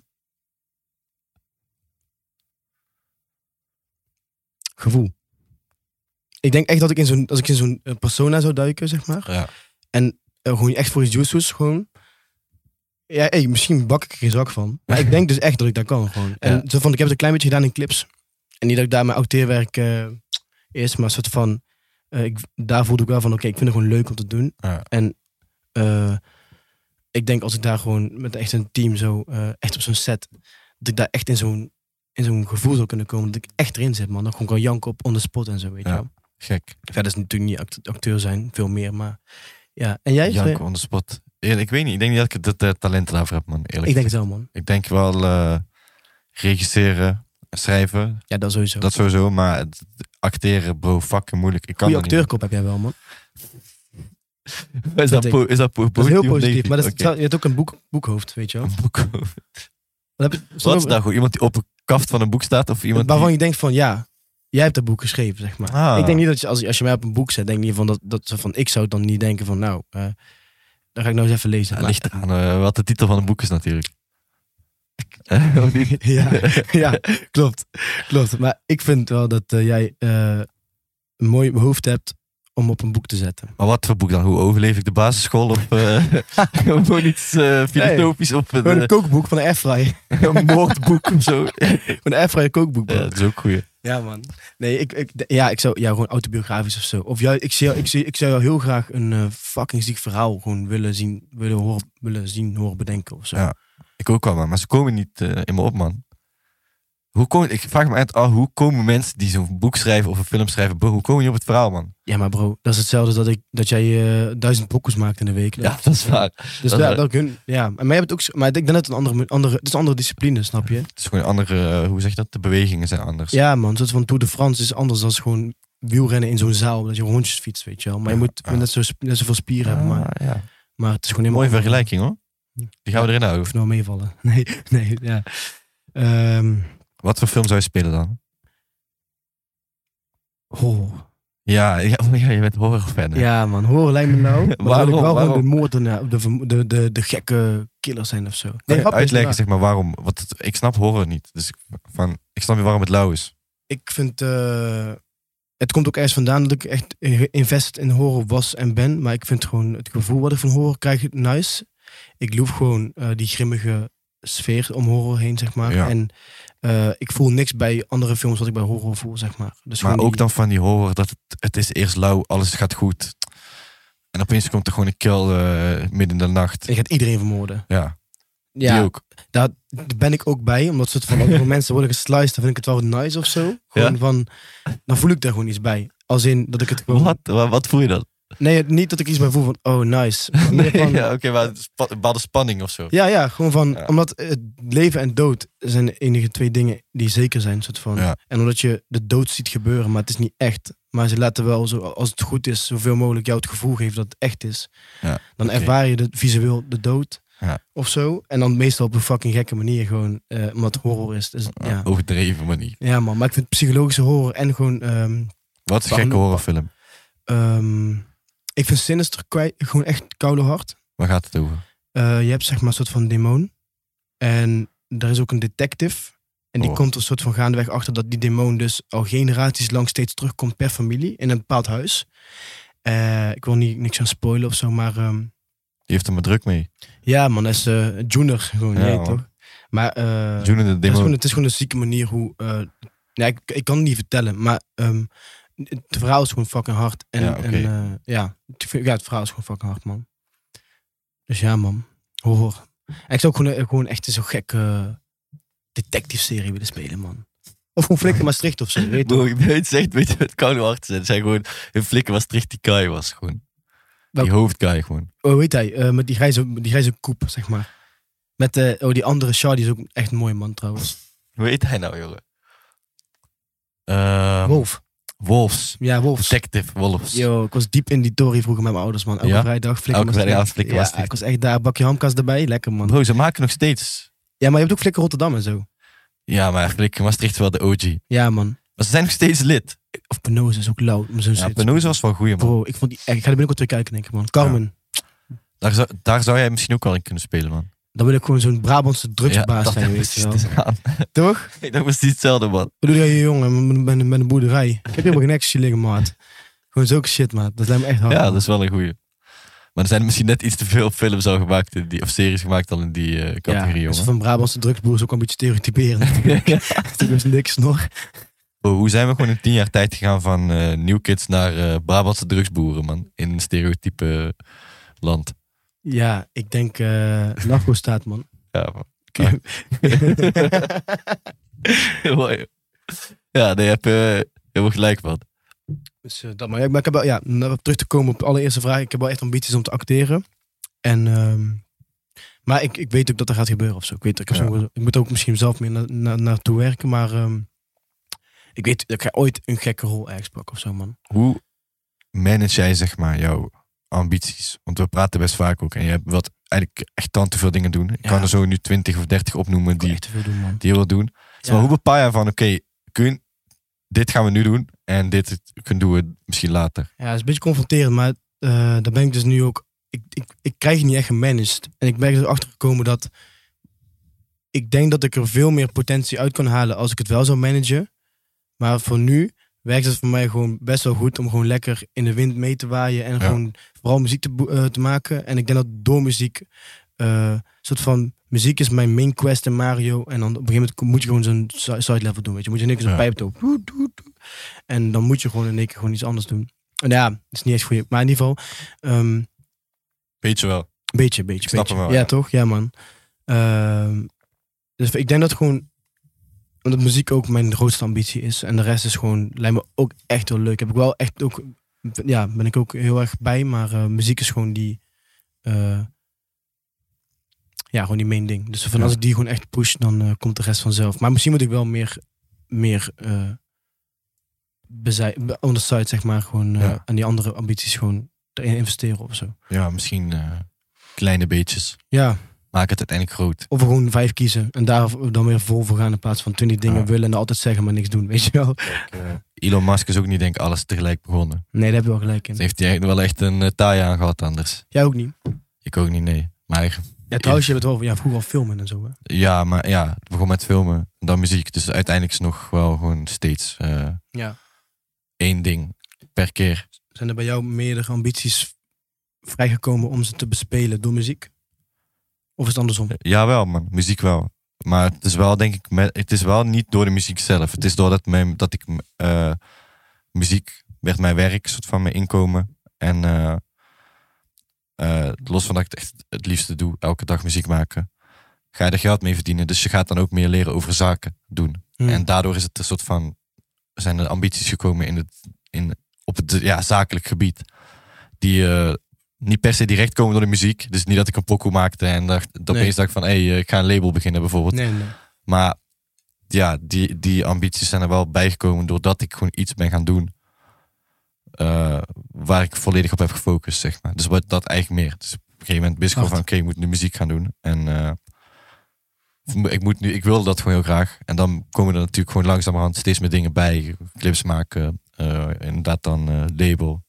gevoel. Ik denk echt dat ik in zo'n, als ik in zo'n uh, persona zou duiken, zeg maar. Ja. En uh, gewoon echt voor iets juice gewoon. Ja, hey, misschien bak ik er geen zak van. Maar ik denk dus echt dat ik dat kan, gewoon. En Ja. zo van, ik heb het een klein beetje gedaan in clips. En niet dat ik daar mijn acteerwerk uh, is, maar een soort van... Uh, ik, daar voelde ik wel van, oké, okay, ik vind het gewoon leuk om te doen. Ja. En uh, ik denk als ik daar gewoon met echt een team zo, uh, echt op zo'n set, dat ik daar echt in zo'n, in zo'n gevoel zou kunnen komen, dat ik echt erin zit, man. Dan gewoon kan janken op on the spot en zo, weet je Ja. wel. Gek. Verder is het natuurlijk niet act- acteur zijn, veel meer, maar ja. En jij? Janken on the spot. Eerlijk, ik weet niet. Ik denk niet dat ik het uh, talent daarvoor heb, man. Eerlijk. Ik denk het wel, man. Ik denk wel uh, regisseren, schrijven, Ja, dat sowieso. dat sowieso. Maar het acteren, bro, fucking moeilijk. Ik kan Goeie dat niet. acteurkop heb jij wel, man. Is dat, po- is dat po- Dat is heel positief of positief, negatief? maar dat is, Oké. je hebt ook een boek, boekhoofd, weet je wel. Een boek over- Wat heb je, Wat is dat goed? Iemand die op een kaft van een boek staat? Of iemand waarvan die... je denkt van, ja, jij hebt dat boek geschreven, zeg maar. Ah. Ik denk niet dat je, als, als je mij op een boek zet, denk niet van dat, dat van, ik zou dan niet denken van, nou, uh, dan ga ik nou eens even lezen. Ja, Maar- ligt eraan uh, wat de titel van een boek is natuurlijk. Of niet? ja, ja, klopt. Klopt. Maar ik vind wel dat uh, jij uh, een mooi hoofd hebt om op een boek te zetten. Maar wat voor boek dan? Hoe overleef ik de basisschool? Of uh, gewoon iets uh, filosofisch? Of een, Gewoon uh, een kookboek van een airfryer. een moordboek of zo? Een airfryer kookboek, bro. Ja, dat is ook goed. Ja, man. Nee, ik, ik, ja, ik zou ja, gewoon autobiografisch of zo. Of jou, ik, zie, ik, zie, ik zou jou heel graag een uh, fucking ziek verhaal gewoon willen zien, willen, horen, willen zien, horen bedenken of zo. Ja. Ik ook wel, man. Maar ze komen niet uh, in me op, man. Hoe komen, ik vraag me echt af, hoe komen mensen die zo'n boek schrijven of een film schrijven, bro, hoe komen die op het verhaal, man? Ja, maar bro, dat is hetzelfde dat, ik, dat jij uh, duizend boekjes maakt in de week. Ja, dat is waar. Dus dat ja, is dat kun, ja. Maar, je hebt ook, maar ik denk dat het een andere, andere, het is een andere discipline, snap je? Het is gewoon een andere, uh, hoe zeg je dat? De bewegingen zijn anders. Ja, man. Een soort van Tour de France is anders dan gewoon wielrennen in zo'n zaal, dat je rondjes fietst, weet je wel. Maar je ja, moet ja. net, zo, net zoveel spieren ja, hebben. Maar, ja. maar het is gewoon helemaal... Mooie vergelijking, hoor. Die gaan we erin houden. Of nou meevallen. Nee, nee, ja. Um, Wat voor film zou je spelen dan? Horror. Ja, ja, ja je bent horrorfan. Hè? Ja, man. Horror lijkt me nou. Maar waarom? ik wel waarom? gewoon de moordenaar, de, de, de, de gekke killer zijn of zo. Nee, Nee, uitleggen, zeg maar, waarom. Want het, ik snap horror niet. Dus ik, van, ik snap niet waarom het lauw is. Ik vind... Uh, het komt ook ergens vandaan dat ik echt invested in horror was en ben. Maar ik vind gewoon het gevoel wat ik van horror krijg nice. Ik loef gewoon uh, die grimmige sfeer om horror heen, zeg maar. Ja. En uh, ik voel niks bij andere films wat ik bij horror voel, zeg maar. Dus maar ook die... dan van die horror, dat het, het is eerst lauw, alles gaat goed. En opeens komt er gewoon een kill uh, midden in de nacht. En je gaat iedereen vermoorden. Ja, ja die ook. Daar ben ik ook bij, omdat soort van als mensen worden gesliced, dan vind ik het wel nice of zo. Gewoon ja? van, dan voel ik daar gewoon iets bij. Als in dat ik het gewoon... Wat? Wat, wat voel je dan? Nee, niet dat ik iets bij voel van, oh nice. Maar van... ja, oké, okay, maar spa- bepaalde spanning of zo. Ja, ja, gewoon van, ja. omdat het leven en dood zijn de enige twee dingen die zeker zijn, soort van. Ja. En omdat je de dood ziet gebeuren, maar het is niet echt. Maar ze laten wel, zo, als het goed is, zoveel mogelijk jou het gevoel geven dat het echt is. Ja. Dan Okay. ervaar je de, visueel de dood. Ja. Of zo. En dan meestal op een fucking gekke manier gewoon, uh, omdat het horror is. Dus, ja, ja. Overdreven manier. Ja man, maar ik vind psychologische horror en gewoon... Um, Wat is een gekke horrorfilm? Um, ik vind Sinister kwijt, gewoon echt koude hard. Waar gaat het over? Uh, je hebt zeg maar een soort van demon. En er is ook een detective. En die oh. komt er een soort van gaandeweg achter dat die demon dus al generaties lang steeds terugkomt per familie in een bepaald huis. Uh, ik wil niet niks aan spoilen of zo, maar... Um, die heeft er maar druk mee. Ja man, dat is uh, Junior gewoon, ja, nee, toch? Maar uh, Junior de demon. Het is, gewoon, het is gewoon een zieke manier hoe... Uh, ja, ik, ik kan het niet vertellen, maar... Um, het verhaal is gewoon fucking hard. En ja, okay. en, uh, ja, ja, het verhaal is gewoon fucking hard, man. Dus ja, man. Horror. En ik zou ook gewoon, gewoon echt zo'n gekke uh, detective-serie willen spelen, man. Of gewoon Flikker Maastricht of zo, weet je. Ik weet het zegt, weet je, het koude hart zijn. Het zijn gewoon, een Flikker Maastricht die Kai was, gewoon. Die Welk? Hoofdkai, gewoon. Oh, weet hij, uh, met die grijze, die grijze koep, zeg maar. Met uh, oh, die andere Char, die is ook echt een mooie man, trouwens. Hoe heet hij nou, jongen? Uh, Wolf. Wolfs. Ja, Wolfs. Detective Wolfs. Yo, ik was diep in die tory vroeger met mijn ouders, man. Elke ja? vrijdag Flikker Elke vrijdag Flikker ja, ik was echt daar, bakje hamkaas erbij. Lekker, man. Bro, ze maken nog steeds. Ja, maar je hebt ook Flikker Rotterdam en zo. Ja, maar Flikker Maastricht is wel de O G. Ja, man. Maar ze zijn nog steeds lid. Of Penoze is ook lauw. Ja, Penoze was wel een goeie, man. Bro, ik, vond die, ik ga er binnenkort weer kijken, denk ik, man. Carmen. Ja. Daar, zou, daar zou jij misschien ook wel in kunnen spelen, man. Dan wil ik gewoon zo'n Brabantse drugsbaas ja, zijn, weet je wel. Toch? Dat was precies hetzelfde, man. Wat doe jij, jongen, met, met een boerderij? Ik heb helemaal geen ecstasy liggen, maat. Gewoon zulke shit, maat. Dat lijkt me echt hard. Ja, man. dat is wel een goeie. Maar er zijn misschien net iets te veel films al gemaakt, in die, of series gemaakt dan in die uh, categorie, ja, jongen. Van Brabantse drugsboer is ook een beetje stereotyperend. Dat is niks nog. Oh, hoe zijn we gewoon in tien jaar tijd gegaan van uh, New Kids naar uh, Brabantse drugsboeren, man? In een stereotype land. Ja, ik denk uh, narco-staat, man. Ja, man. Ja, nee, je hebt uh, helemaal gelijk, man. Dus, uh, dat maar. Ja, maar ik heb wel, ja, terug te komen op de allereerste vraag. Ik heb wel echt ambities om te acteren. En, um, maar ik, ik weet ook dat er gaat gebeuren of zo. Ik, weet, ik, heb ja. zo, ik moet ook misschien zelf meer na, na, naartoe werken, maar um, ik weet dat ik ga ooit een gekke rol ergens pakken of zo, man. Hoe manage jij, zeg maar, jouw ambities? Want we praten best vaak ook en je hebt wat eigenlijk echt dan te veel dingen doen. Ik ja. kan er zo nu twintig of dertig opnoemen die, te veel doen, man. die je wil doen. Dus ja. Maar hoe bepaal je van, oké, okay, kun dit gaan we nu doen en dit kunnen we misschien later? Ja, het is een beetje confronterend, maar uh, daar ben ik dus nu ook... Ik, ik, ik krijg het niet echt gemanaged. En ik ben erachter gekomen dat... Ik denk dat ik er veel meer potentie uit kan halen als ik het wel zou managen. Maar voor nu werkt het voor mij gewoon best wel goed om gewoon lekker in de wind mee te waaien. En ja. gewoon vooral muziek te, uh, te maken. En ik denk dat door muziek... Uh, soort van... Muziek is mijn main quest in Mario. En dan op een gegeven moment moet je gewoon zo'n side level doen. Weet je, moet je in één keer zo'n ja. pijp op. En dan moet je gewoon in één keer gewoon iets anders doen. En ja, dat is niet echt goed. Maar in ieder geval... Um, beetje wel. Beetje, beetje. Snap beetje. hem wel, ja, ja, toch? Ja, man. Uh, dus ik denk dat gewoon... Omdat muziek ook mijn grootste ambitie is. En de rest is gewoon... Lijkt me ook echt heel leuk. Heb ik wel echt ook... Ja, ben ik ook heel erg bij. Maar uh, muziek is gewoon die... Uh, ja, gewoon die main ding. Dus van Ja. als ik die gewoon echt push, dan uh, komt de rest vanzelf. Maar misschien moet ik wel meer... meer uh, bezij- on the side, zeg maar. Gewoon uh, Ja. aan die andere ambities gewoon erin investeren of zo. Ja, misschien uh, kleine beetjes. Ja. Maak het uiteindelijk groot. Of we gewoon vijf kiezen en daar dan weer vol voor gaan in plaats van twintig dingen Ja. willen en altijd zeggen maar niks doen, weet je wel. Kijk, uh, Elon Musk is ook niet denk ik alles tegelijk begonnen. Nee, daar heb je wel gelijk in. Dus heeft hij wel echt een uh, taai aan gehad anders. Jij ook niet? Ik ook niet, nee. Maar Ja, trouwens, je hebt het wel ja, vroeger al filmen en zo, hè? ja, maar ja, het begon met filmen, dan muziek. Dus uiteindelijk is het nog wel gewoon steeds uh, Ja. één ding per keer. Zijn er bij jou meerdere ambities vrijgekomen om ze te bespelen door muziek? Of is het andersom? Jawel man, muziek wel. Maar het is wel denk ik, met, het is wel niet door de muziek zelf. Het is doordat mijn, dat ik uh, muziek werd mijn werk, soort van mijn inkomen. En uh, uh, los van dat ik het echt het liefste doe, elke dag muziek maken, ga je er geld mee verdienen. Dus je gaat dan ook meer leren over zaken doen. Hmm. En daardoor is het een soort van, zijn er ambities gekomen in het, in, op het ja, zakelijk gebied. Die uh, niet per se direct komen door de muziek. Dus niet dat ik een pokoe maakte en dacht, dat Nee. opeens dacht ik van, hé, hey, ik ga een label beginnen bijvoorbeeld. Nee, nee. Maar ja, die, die ambities zijn er wel bijgekomen doordat ik gewoon iets ben gaan doen. Uh, waar ik volledig op heb gefocust, zeg maar. Dus wat dat eigenlijk meer. Dus op een gegeven moment wist ik gewoon van, oké, okay, ik moet nu muziek gaan doen. En uh, ik, moet nu, ik wil dat gewoon heel graag. En dan komen er natuurlijk gewoon langzamerhand steeds meer dingen bij. Clips maken, uh, inderdaad dan uh, label.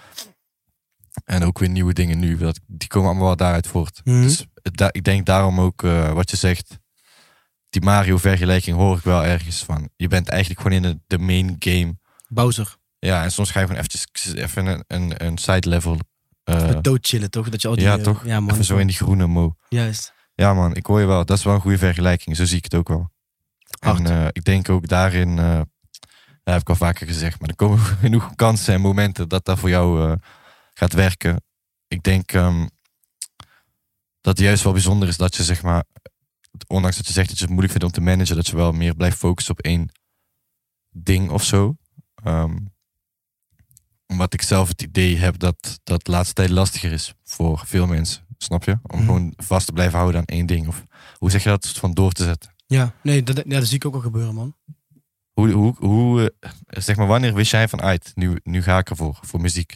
En ook weer nieuwe dingen nu. Dat, die komen allemaal wel daaruit voort. Mm-hmm. Dus da, ik denk daarom ook uh, wat je zegt. Die Mario vergelijking hoor ik wel ergens van. Je bent eigenlijk gewoon in de, de main game. Bowser. Ja, en soms ga je gewoon eventjes, even een, een, een side level. Uh, doodchillen toch? Dat je al die, ja, toch? Ja, man, even zo in die groene mo. Juist. Ja man, ik hoor je wel. Dat is wel een goede vergelijking. Zo zie ik het ook wel. Hard. En uh, ik denk ook daarin, uh, dat heb ik al vaker gezegd, maar er komen genoeg kansen en momenten dat dat voor jou uh, gaat werken. Ik denk um, dat het juist wel bijzonder is dat je zeg maar, ondanks dat je zegt dat je het moeilijk vindt om te managen, dat je wel meer blijft focussen op één ding of zo. Um, omdat ik zelf het idee heb dat dat de laatste tijd lastiger is voor veel mensen. Snap je? Om mm. gewoon vast te blijven houden aan één ding. Of hoe zeg je dat? Van door te zetten. Ja, nee, dat, ja, dat zie ik ook al gebeuren, man. Hoe, hoe, hoe uh, zeg maar, wanneer wist jij van uit? Nu, nu ga ik ervoor, voor muziek.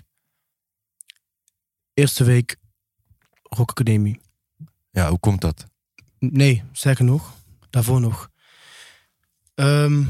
Eerste week Rock Academie. Ja, hoe komt dat? Nee, sterker nog. Daarvoor nog. Um,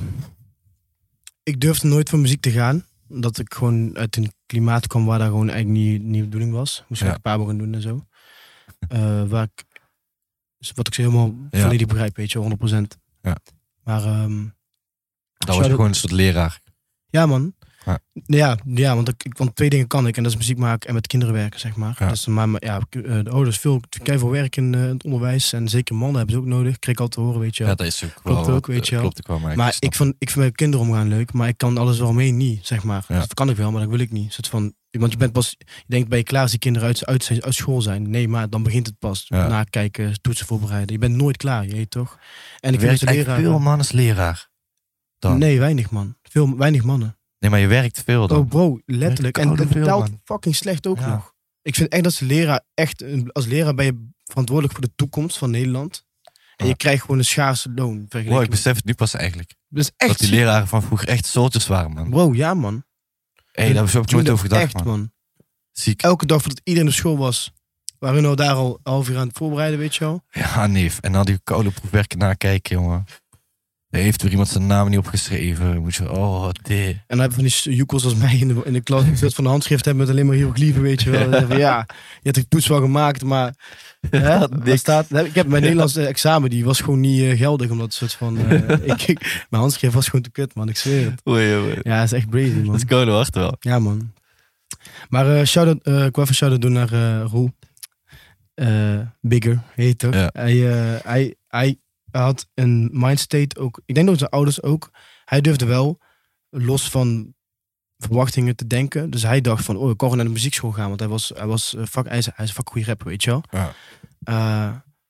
ik durfde nooit voor muziek te gaan. Omdat ik gewoon uit een klimaat kwam waar dat gewoon eigenlijk niet, niet de bedoeling was. Moest ik Ja. een paar gaan doen en zo. Uh, waar ik, wat ik ze helemaal Ja. volledig begrijp, weet je, honderd procent. Ja. Maar... Um, Dat was je gewoon een soort leraar. Ja, man. Ja. Ja, ja want, ik, want twee dingen kan ik. En dat is muziek maken en met kinderen werken, zeg maar. Ja. Dus, maar, maar ja, de ouders veel, veel werk in uh, het onderwijs. En zeker mannen hebben ze ook nodig. Kreeg ik altijd te horen, weet je wel. Ja, dat is ook Klopt wel. ook, weet je wel. Klopt ook wel, maar, Maar ik, ik, snap- vind, ik vind met kinderen omgaan leuk. Maar ik kan alles wel mee niet, zeg maar. Ja. Dus dat kan ik wel, maar dat wil ik niet. Een soort van, want je bent pas... Je denkt, ben je klaar als die kinderen uit, uit, uit school zijn? Nee, maar dan begint het pas. Ja. Nakijken, toetsen voorbereiden. Je bent nooit klaar, je weet toch? En ik je werkt vind eigenlijk leraar... veel man als leraar. Dan. Nee, weinig man. Veel, weinig mannen. Nee, maar je werkt veel dan. Oh bro, letterlijk. En koude het veel, betaalt man. fucking slecht ook Ja. nog. Ik vind echt dat ze leraar echt... Als leraar ben je verantwoordelijk voor de toekomst van Nederland. En Ja. je krijgt gewoon een schaarse loon. vergeleken Wow, ik met- besef het nu pas eigenlijk. Dat is echt dat die ziek. leraren van vroeger echt soldiers waren, man. Bro, ja man. Hé, hey, daar heb ik nooit over gedacht, Echt, man. man. Ziek. Elke dag voordat iedereen op school was, waren we nou daar al een half uur aan het voorbereiden, weet je wel. Ja, neef. En dan die koude proefwerken nakijken, jongen. Er heeft weer iemand zijn naam niet opgeschreven. Moet je, oh, dit. En dan hebben we van die joekels als mij in de, in de klas, die van de handschrift hebben met alleen maar hieroglyphen, weet je wel. Dan zeggen we, ja, je hebt de toets wel gemaakt, maar... Hè, daar staat, ik heb mijn Nederlandse examen, die was gewoon niet uh, geldig, omdat het soort van... Uh, ik, ik, mijn handschrift was gewoon te kut, man, ik zweer het. Oei, oei. Ja, dat is echt crazy, man. Dat is koude hard wel. Ja, man. Maar uh, shout-out, uh, ik wil even shout-out doen naar uh, Roel. Uh, Bigger, heet toch? Ja. Hij, uh, hij, hij had een mindstate ook. Ik denk dat zijn ouders ook. Hij durfde wel los van verwachtingen te denken. Dus hij dacht van, oh, ik kan gewoon naar de muziekschool gaan. Want hij was, hij was uh, vak, hij is, hij is een vak goede rapper, weet je wel. Ja. Uh,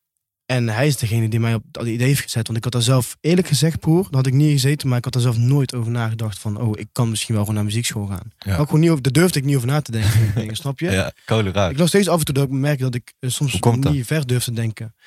En hij is degene die mij op dat idee heeft gezet. Want ik had daar zelf, eerlijk gezegd, broer, dat had ik niet gezeten, maar ik had daar zelf nooit over nagedacht van, oh, ik kan misschien wel gewoon naar muziekschool gaan. Ja. Ook gewoon niet over, daar durfde ik niet over na te denken. Dingen, snap je? Ja, koude raak. Ik nog steeds af en toe dat ik merk dat ik uh, soms Hoe komt dat? niet ver durf te denken.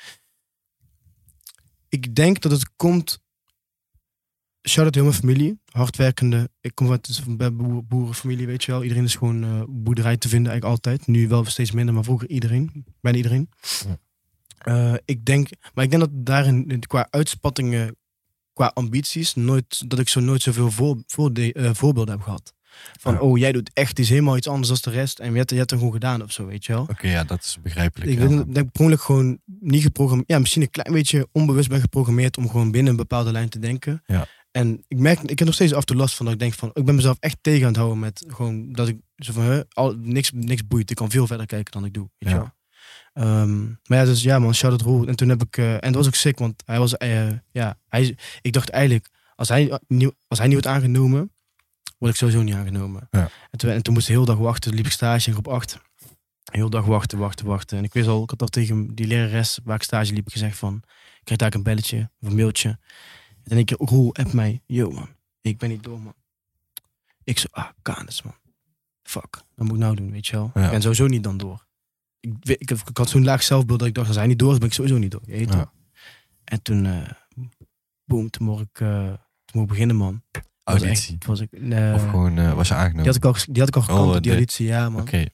Ik denk dat het komt. Shout-out heel mijn familie, hardwerkende. Ik kom uit een boer, boerenfamilie, weet je wel. Iedereen is gewoon uh, boerderij te vinden, eigenlijk altijd. Nu wel steeds minder, maar vroeger iedereen. Bijna iedereen. Ja. Uh, ik denk, maar ik denk dat daarin qua uitspattingen, qua ambities, nooit, dat ik zo nooit zoveel voor, voor de, uh, voorbeelden heb gehad. Van, Ja. oh, jij doet echt iets helemaal iets anders dan de rest. En je hebt, je hebt het gewoon gedaan of zo, weet je wel. Oké, okay, ja, dat is begrijpelijk. Ik ja, denk dat ik per ongeluk gewoon niet geprogrammeerd... Ja, misschien een klein beetje onbewust ben geprogrammeerd om gewoon binnen een bepaalde lijn te denken. Ja. En ik merk, ik heb nog steeds af en toe last van dat ik denk van, ik ben mezelf echt tegen aan het houden met gewoon dat ik zo van, huh, al, niks, niks boeit. Ik kan veel verder kijken dan ik doe, weet je Ja. wel. Um, maar ja, dus ja man, shout out Roel. En toen heb ik, uh, en dat was ook sick, want hij was, uh, ja, hij, ik dacht eigenlijk, als hij, uh, nieuw, als hij niet wordt aangenomen, word ik sowieso niet aangenomen. Ja. En, toen, en toen moest ik de hele dag wachten, liep ik stage in groep acht. Heel dag wachten, wachten, wachten. En ik wist al, ik had al tegen die lerares waar ik stage liep gezegd van, ik krijg daar een belletje of een mailtje. En dan denk ik, Roel, app mij, yo man, ik ben niet door man. Ik zo, ah, Canis man. Fuck, wat moet ik nou doen, weet je wel. Ja. Ik ben sowieso niet dan door. Ik, ik, ik had zo'n laag zelfbeeld dat ik dacht, als hij niet door is, ben ik sowieso niet door. Je weet Ja. toch? En toen, uh, boom, toen mocht ik, uh, toen mocht ik beginnen man. Was Auditie. echt, was ik, uh, Of gewoon uh, was je aangenomen? die had ik al, die had ik al gekant Oh, op die de- auditie, ja man. Oké. Okay.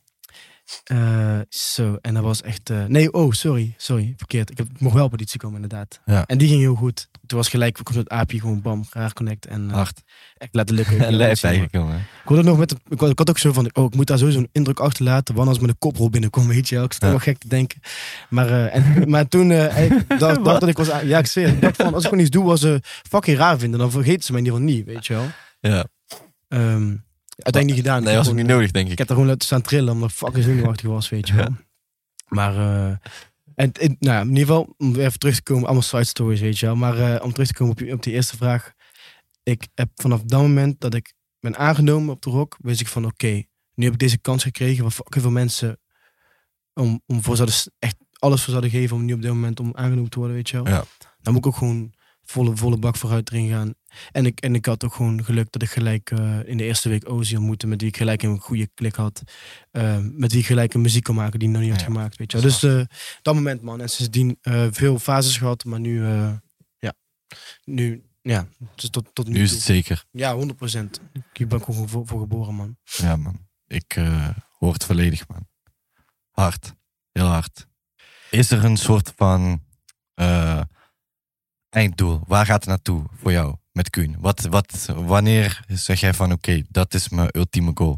Uh, zo, en dat was echt... Uh, nee, oh, sorry, sorry, verkeerd. Ik, heb, ik mocht wel op auditie komen, inderdaad. Ja. En die ging heel goed. Toen was gelijk, ik het aapje gewoon bam, graag connect. En uh, Hard. echt laten lukken. Lijf eigenlijk, jongen. Ik had ook nog met, ik had, ik had ook zo van, oh, ik moet daar sowieso een indruk achterlaten, want als met een koprol binnenkom, weet je wel. Ik zat helemaal Ja. gek te denken. Maar, uh, en, maar toen, uh, ik dacht, dacht dat ik was, ja, ik zweer, ik dacht van, als ik gewoon iets doe wat ze fucking raar vinden, dan vergeten ze mij in ieder geval niet, weet je wel. Ja. Um, uiteindelijk niet gedaan. Nee, Ik was heb ook niet gewoon- nodig, denk Ik ik. heb er gewoon laten staan trillen, omdat ik fucking zenuwachtig was, weet je wel. Ja. Maar, uh, en, en, nou ja, in ieder geval, om even terug te komen, allemaal side stories, weet je wel. Maar uh, om terug te komen op, je- op die eerste vraag. Ik heb vanaf dat moment dat ik ben aangenomen op de rock, wist ik van oké, nu heb ik deze kans gekregen waar fucking veel mensen om, om voor zouden, s- echt alles voor zouden geven om nu op dit moment om aangenomen te worden, weet je wel. Ja. Dan moet ik ook gewoon volle, volle bak vooruit erin gaan. En ik, en ik had ook gewoon geluk dat ik gelijk uh, in de eerste week Ozzy ontmoette, met wie ik gelijk een goede klik had. Uh, met wie ik gelijk een muziek kon maken die ik nog niet had Ja. gemaakt, weet je wel. Dus uh, dat moment, man. En sindsdien uh, veel fases gehad, maar nu, uh, ja, nu, ja, dus tot, tot nu, Nu is toe. het zeker. Ja, honderd procent. Ik ben gewoon voor, voor geboren, man. Ja, man. Ik uh, hoor het volledig, man. Hard. Heel hard. Is er een soort van uh, einddoel? Waar gaat het naartoe voor jou met Kuhn? Wat, wat, wanneer zeg jij van oké, okay, dat is mijn ultieme goal?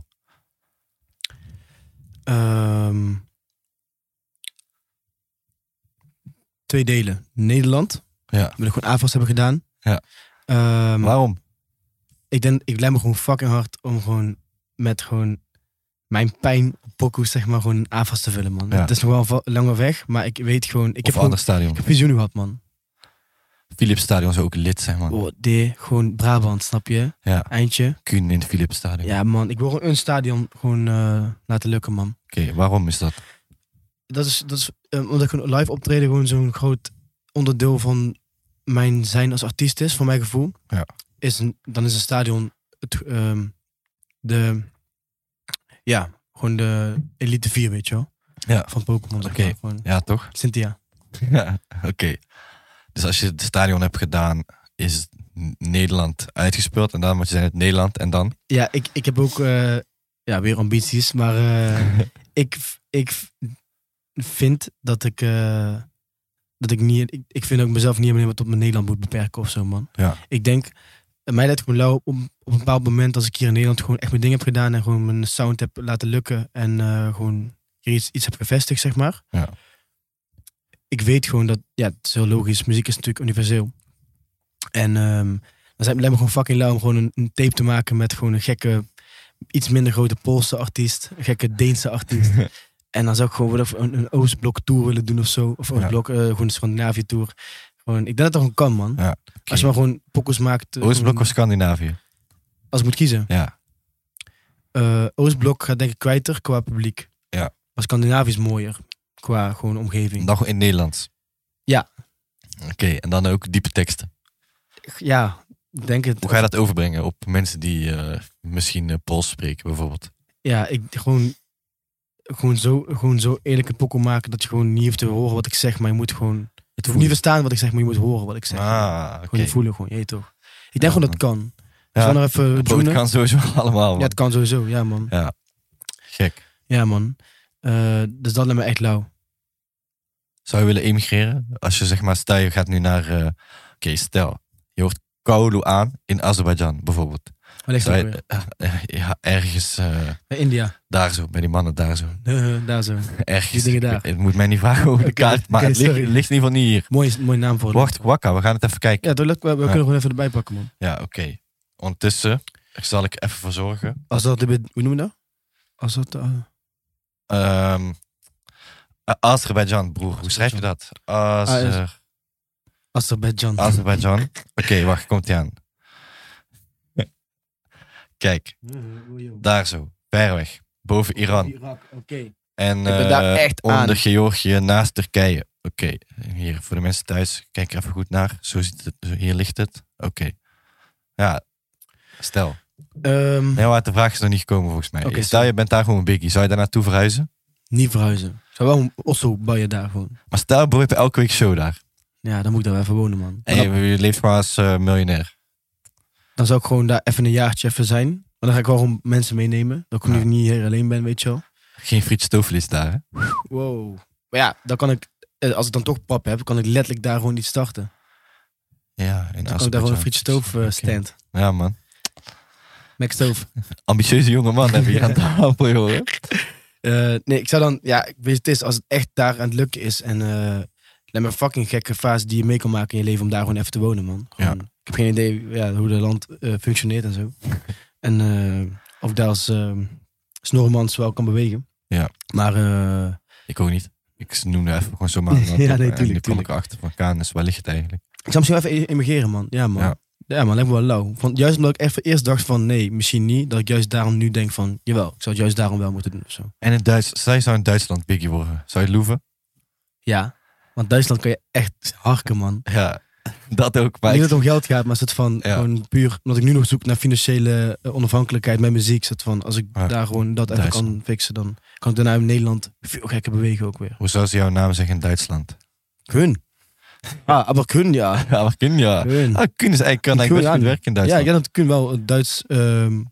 Um, twee delen. Nederland. Ja. wil ik gewoon A F A S hebben gedaan. Ja. Um, Waarom? Ik denk, ik lijm me gewoon fucking hard om gewoon met gewoon mijn pijn op pokoes, zeg maar, gewoon A F A S te vullen, man. Ja. Het is nog wel va- langer weg, maar ik weet gewoon... Ik Of heb een ander gewoon, stadion? ik heb visioenen gehad, man. Philips Stadion zou ook lid zijn, man. Oh, de, gewoon Brabant, snap je? Ja. Eindje. Kuhn in het Philips Stadion. Ja, man. Ik wil gewoon een stadion gewoon uh, laten lukken, man. Oké, okay, waarom is dat? Dat is, dat is um, omdat ik een live optreden gewoon zo'n groot onderdeel van mijn zijn als artiest is, van mijn gevoel. Ja. Is een, dan is een stadion het, um, de, ja, gewoon de elite vier, weet je wel. Ja. Van Pokémon. Oké. Okay. Gewoon Ja, toch? Cynthia. Ja, oké. Okay. Dus als je het stadion hebt gedaan, is het Nederland uitgespeeld. En dan moet je zijn het Nederland en dan? Ja, ik, ik heb ook uh, ja, weer ambities. Maar uh, ik, ik vind dat ik... Uh, dat ik niet... Ik, ik vind ook mezelf niet alleen maar tot mijn Nederland moet beperken of zo, man. Ja. Ik denk... Mij lijkt het gewoon lauw op, op een bepaald moment als ik hier in Nederland gewoon echt mijn ding heb gedaan en gewoon mijn sound heb laten lukken en uh, gewoon hier iets, iets heb gevestigd, zeg maar. Ja. Ik weet gewoon dat, ja, het is heel logisch, muziek is natuurlijk universeel. En um, dan zijn het me gewoon fucking lauw om gewoon een, een tape te maken met gewoon een gekke, iets minder grote Poolse artiest, een gekke Deense artiest. En dan zou ik gewoon een, een Oostblok tour willen doen of zo, of Oostblok, ja. uh, gewoon een Scandinavië tour. Gewoon, ik denk dat het gewoon kan, man. Ja, okay. Als je maar gewoon pokkels maakt. Uh, Oostblok of Scandinavië? Als ik moet kiezen? Ja. Uh, Oostblok gaat denk ik kwijter qua publiek. Ja. Maar Scandinavië is mooier. Qua gewoon omgeving. Nog in Nederlands? Ja. Oké, okay, en dan ook diepe teksten. Ja, ik denk het. Hoe ga je dat overbrengen op mensen die uh, misschien uh, Pools spreken, bijvoorbeeld? Ja, ik gewoon, gewoon, zo, gewoon zo eerlijk een pokkel maken dat je gewoon niet hoeft te horen wat ik zeg, maar je moet gewoon... Het hoeft niet verstaan wat ik zeg, maar je moet horen wat ik zeg. Ah, oké. Gewoon voelen, gewoon, je toch. Ik denk ja, gewoon dat het kan. Ja, nog even bro, het kan sowieso allemaal, man. Ja, het kan sowieso, ja, man. Ja, gek. Ja, man. Uh, dus dat lijkt me echt lauw. Zou je willen emigreren? Als je zeg maar, stel je gaat nu naar... Uh, Oké, okay, stel, je hoort Kaulu aan in Azerbeidzjan, bijvoorbeeld. Waar ligt dat weer? Uh, uh, ja, ergens... Uh, bij India? Daar zo, bij die mannen, daar zo. Uh, daar zo. Ergens. Die dingen daar. Het moet mij niet vragen over de okay, kaart, maar okay, het ligt, ligt in ieder geval niet hier. Mooi, mooi naam voor. Wacht, Wakka, we gaan het even kijken. Ja, we, we, we ja. kunnen gewoon even erbij pakken, man. Ja, oké. Okay. Ondertussen zal ik even voor zorgen. Als dat, hoe noemen we dat? Als dat... Uh... Um, uh, Azerbeidzjan, broer. Hoe schrijf je dat? Azer... Ah, Azerbeidzjan. Azerbeidzjan. Oké, okay, wacht, komt ie aan. Kijk, daar zo, ver weg, boven Iran. Irak, oké. Okay. En uh, daar echt onder aan. Georgië, naast Turkije. Oké, okay. Hier voor de mensen thuis, kijk er even goed naar. Zo ziet het, hier ligt het. Oké. Okay. Ja, stel. Um, nee, maar de vraag is nog niet gekomen volgens mij. Okay, stel, je bent daar gewoon een biggie. Zou je daar naartoe verhuizen? Niet verhuizen. Zou wel een Oslo bouwen daar gewoon. Maar stel, bro, je hebt elke week show daar. Ja, dan moet ik daar wel even wonen, man. En je, je leeft gewoon als uh, miljonair. Dan zou ik gewoon daar even een jaartje even zijn. Maar dan ga ik wel gewoon mensen meenemen. Dat ik ja. nu niet hier alleen ben, weet je wel. Geen friet stoofvlees daar, hè? Wow. Maar ja, dan kan ik, als ik dan toch pap heb, kan ik letterlijk daar gewoon iets starten. Ja, en dan kan ik daar gewoon een frietstoof uh, stand. Okay. Ja, man. Macstoof. Ambitieuze jonge man hebben hier aan tafel, joh. Uh, nee, ik zou dan, ja, ik weet het is, als het echt daar aan het lukken is en uh, lijkt me een fucking gekke fase die je mee kan maken in je leven om daar gewoon even te wonen, man. Gewoon, ja. Ik heb geen idee ja, hoe het land uh, functioneert en zo. En uh, of ik daar als uh, snorremans wel kan bewegen. Ja. Maar uh, ik ook niet. Ik noemde even gewoon zo maar. Ja, nee, tuurlijk. En nu kwam ik achter van Canis, waar ligt het eigenlijk? Ik zou misschien even emigreren, man. Ja, man. Ja. Ja, man, lijkt me wel lauw. Want juist omdat ik even eerst dacht van nee, misschien niet. Dat ik juist daarom nu denk van jawel, ik zou het juist daarom wel moeten doen of zo. En in Duits, stel je zou in Duitsland biggie worden. Zou je loeven? Ja, want Duitsland kan je echt harken, man. Ja, dat ook. Maar niet dat het om geld gaat, maar het van ja. gewoon puur omdat ik nu nog zoek naar financiële onafhankelijkheid met muziek. Zet van als ik ja. daar gewoon dat even kan fixen, dan kan ik daarna in Nederland veel gekker bewegen ook weer. Hoe zou ze jouw naam zeggen in Duitsland? Kun. Ah, maar kun ja. Ja, maar kun ja. Kun, ah, kun is eigenlijk kan eigenlijk best goed werken in Duitsland. Ja, ik denk dat kun wel Duits, um,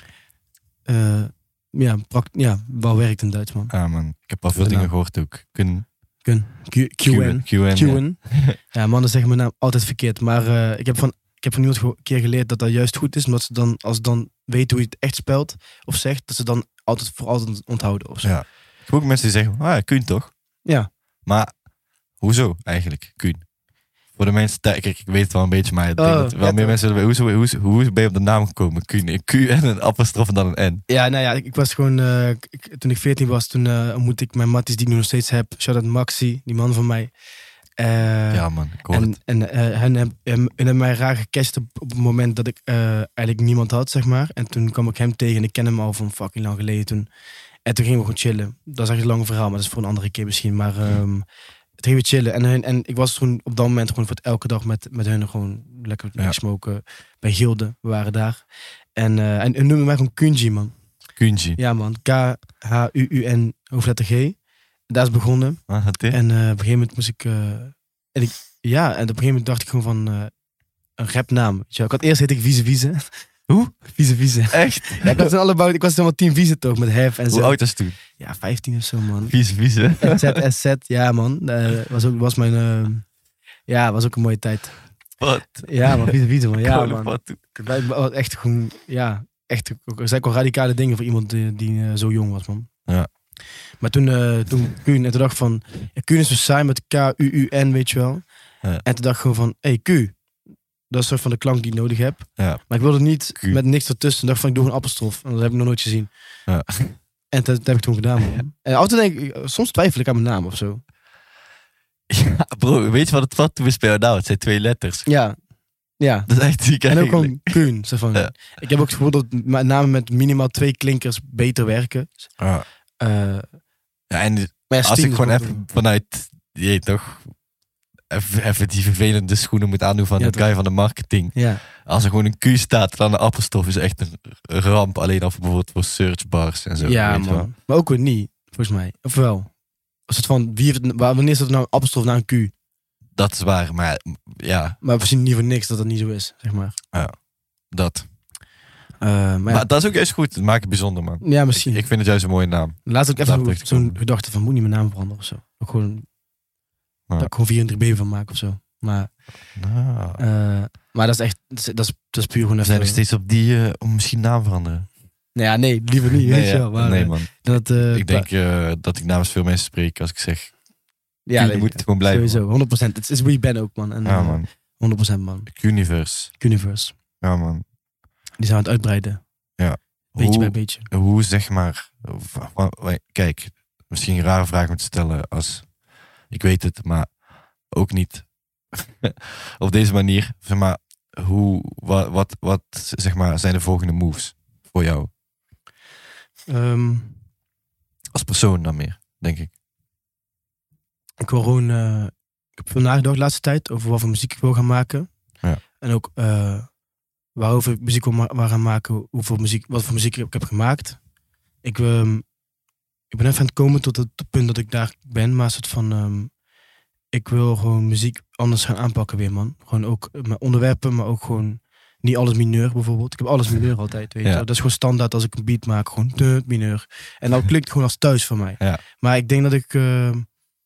uh, ja, prakt, ja, wel werkt in Duits, man. Ja, man. Ik heb al veel dingen gehoord ook. Kun. Kun. Q N. Q N. Q N. Ja, mannen zeggen mijn naam altijd verkeerd, maar uh, ik heb van ik heb van iemand een keer geleerd dat dat juist goed is, omdat ze dan als ze dan weten hoe je het echt spelt of zegt, dat ze dan altijd voor altijd onthouden of zo. Ja. Ik heb ook mensen die zeggen, ah, kun toch? Ja. Maar hoezo eigenlijk, kun? Voor de mensen, kijk, ik weet het wel een beetje, maar ik denk oh, dat wel ja, meer mensen willen weten. Hoe, hoe, hoe, hoe ben je op de naam gekomen? Q, een Q en een apostrof en dan een N. Ja, nou ja, ik, ik was gewoon, uh, ik, toen ik veertien was, toen uh, ontmoette ik mijn matties die ik nu nog steeds heb. Shout-out Maxi, die man van mij. Uh, ja man, ik hoor en, het. En uh, hen hebben mij raar gecast op, op het moment dat ik uh, eigenlijk niemand had, zeg maar. En toen kwam ik hem tegen en ik ken hem al van fucking lang geleden toen. En toen gingen we gewoon chillen. Dat is echt een lang verhaal, maar dat is voor een andere keer misschien. Maar um, toen gingen we chillen. En, hun, en ik was toen op dat moment gewoon voor het elke dag met, met hun gewoon lekker ja. smoken. Bij Gilde, we waren daar. En, uh, en hun noemden mij gewoon Kunji, man. Kunji? Ja, man. K H U U N, hoofdletter G. Daar is begonnen. Ah, en uh, op een gegeven moment moest ik, uh, en ik... Ja, en op een gegeven moment dacht ik gewoon van... Uh, een rapnaam. Ik had eerst heette ik Vieze Vieze. Hoe? Vieze Vieze. Echt? Ja, ik was toen allemaal, ik was toen allemaal tien Vieze toch, met hef en zo. Hoe oud was toen? Ja, vijftien of zo, man. Vieze Vieze. S Z, S Z, ja, man. Uh, was, ook, was mijn... Uh, ja, was ook een mooie tijd. Wat? Ja, man. Vieze Vieze, man. Ja, man. Wat? Echt gewoon... Ja, echt... Er zijn wel radicale dingen voor iemand die, die uh, zo jong was, man. Ja. Maar toen, uh, toen Kuhn, en toen dacht ik van... Ja, Kuhn is zo saai met K U U N, weet je wel. Ja. En toen dacht ik gewoon van... Hé, hey, Q. Dat is soort van de klank die ik nodig heb. Ja. Maar ik wilde niet Q. met niks ertussen. Ik dacht van, ik doe een apostrof. En dat heb ik nog nooit gezien. Ja. En dat, dat heb ik toen gedaan, man. Ja. En af en toe denk ik... Soms twijfel ik aan mijn naam of zo. Ja, bro. Weet je wat het wat? We spelen nou. Het zijn twee letters. Ja. Ja. Dat is echt ziek en eigenlijk. ook gewoon Kuhn. Zo van, ja. Ik heb ook het gevoel dat mijn namen met minimaal twee klinkers beter werken. Ja. Uh, ja, en ja, als ik gewoon even vanuit... Je toch... even, even die vervelende schoenen moet aandoen van Ja, de toch? guy van de marketing. Ja. Als er gewoon een Q staat, dan een appelstof is echt een ramp. Alleen al voor bijvoorbeeld voor searchbars en zo. Ja, weet je wel. man. Maar ook weer niet, volgens mij. Of wel? Als het van, wie heeft het, waar- wanneer is dat nou een appelstof naar een Q? Dat is waar, maar ja, Maar we zien niet voor niks dat dat niet zo is, zeg maar. dat. Uh, maar, ja. Maar dat is ook juist goed. Het maakt het bijzonder, man. ja, misschien. Ik, ik vind het juist een mooie naam. Laatst ook Daar even terug te zo'n komen. gedachte van, moet niet mijn naam veranderen of zo. Ook gewoon, Ja. dat ik gewoon vierentwintig B van maak of zo. Maar, Nou, uh, maar dat is echt, dat is, dat is, dat is puur gewoon we even... zijn nog steeds op die, uh, om misschien naam veranderen. Nou ja, nee, liever niet, Nee, weet je ja. wel. Maar, nee uh, man. dat, uh, Ik denk uh, dat ik namens veel mensen spreek als ik zeg, ja, je nee, moet het gewoon blijven. sowieso, honderd procent. Het is wie je bent ook, man. En, Ja uh, man. honderd procent, man. Universe. Universe. Ja man. Die zijn aan het uitbreiden. Beetje Hoe, bij beetje. hoe zeg maar, wa- wa- wa- kijk, misschien een rare vraag om te stellen als, ik weet het, maar ook niet op deze manier. Zeg maar, hoe, wat, wat, wat zeg maar, zijn de volgende moves voor jou? Um, Als persoon dan meer, denk ik. ik wil gewoon... Uh, ik heb veel nagedacht de laatste tijd over wat voor muziek ik wil gaan maken. Ja. En ook uh, waarover ik muziek wil ma- wil gaan maken. Hoeveel muziek, wat voor muziek ik heb gemaakt. Ik, um, ik ben even aan het komen tot het punt dat ik daar ben. Maar een soort van... Um, ik wil gewoon muziek anders gaan aanpakken weer, man. Gewoon ook mijn onderwerpen, maar ook gewoon... Niet alles mineur bijvoorbeeld. Ik heb alles mineur altijd, weet je. Ja. Dat is gewoon standaard als ik een beat maak. Gewoon de mineur. En dan klinkt het gewoon als thuis voor mij. Ja. Maar ik denk dat ik... Uh,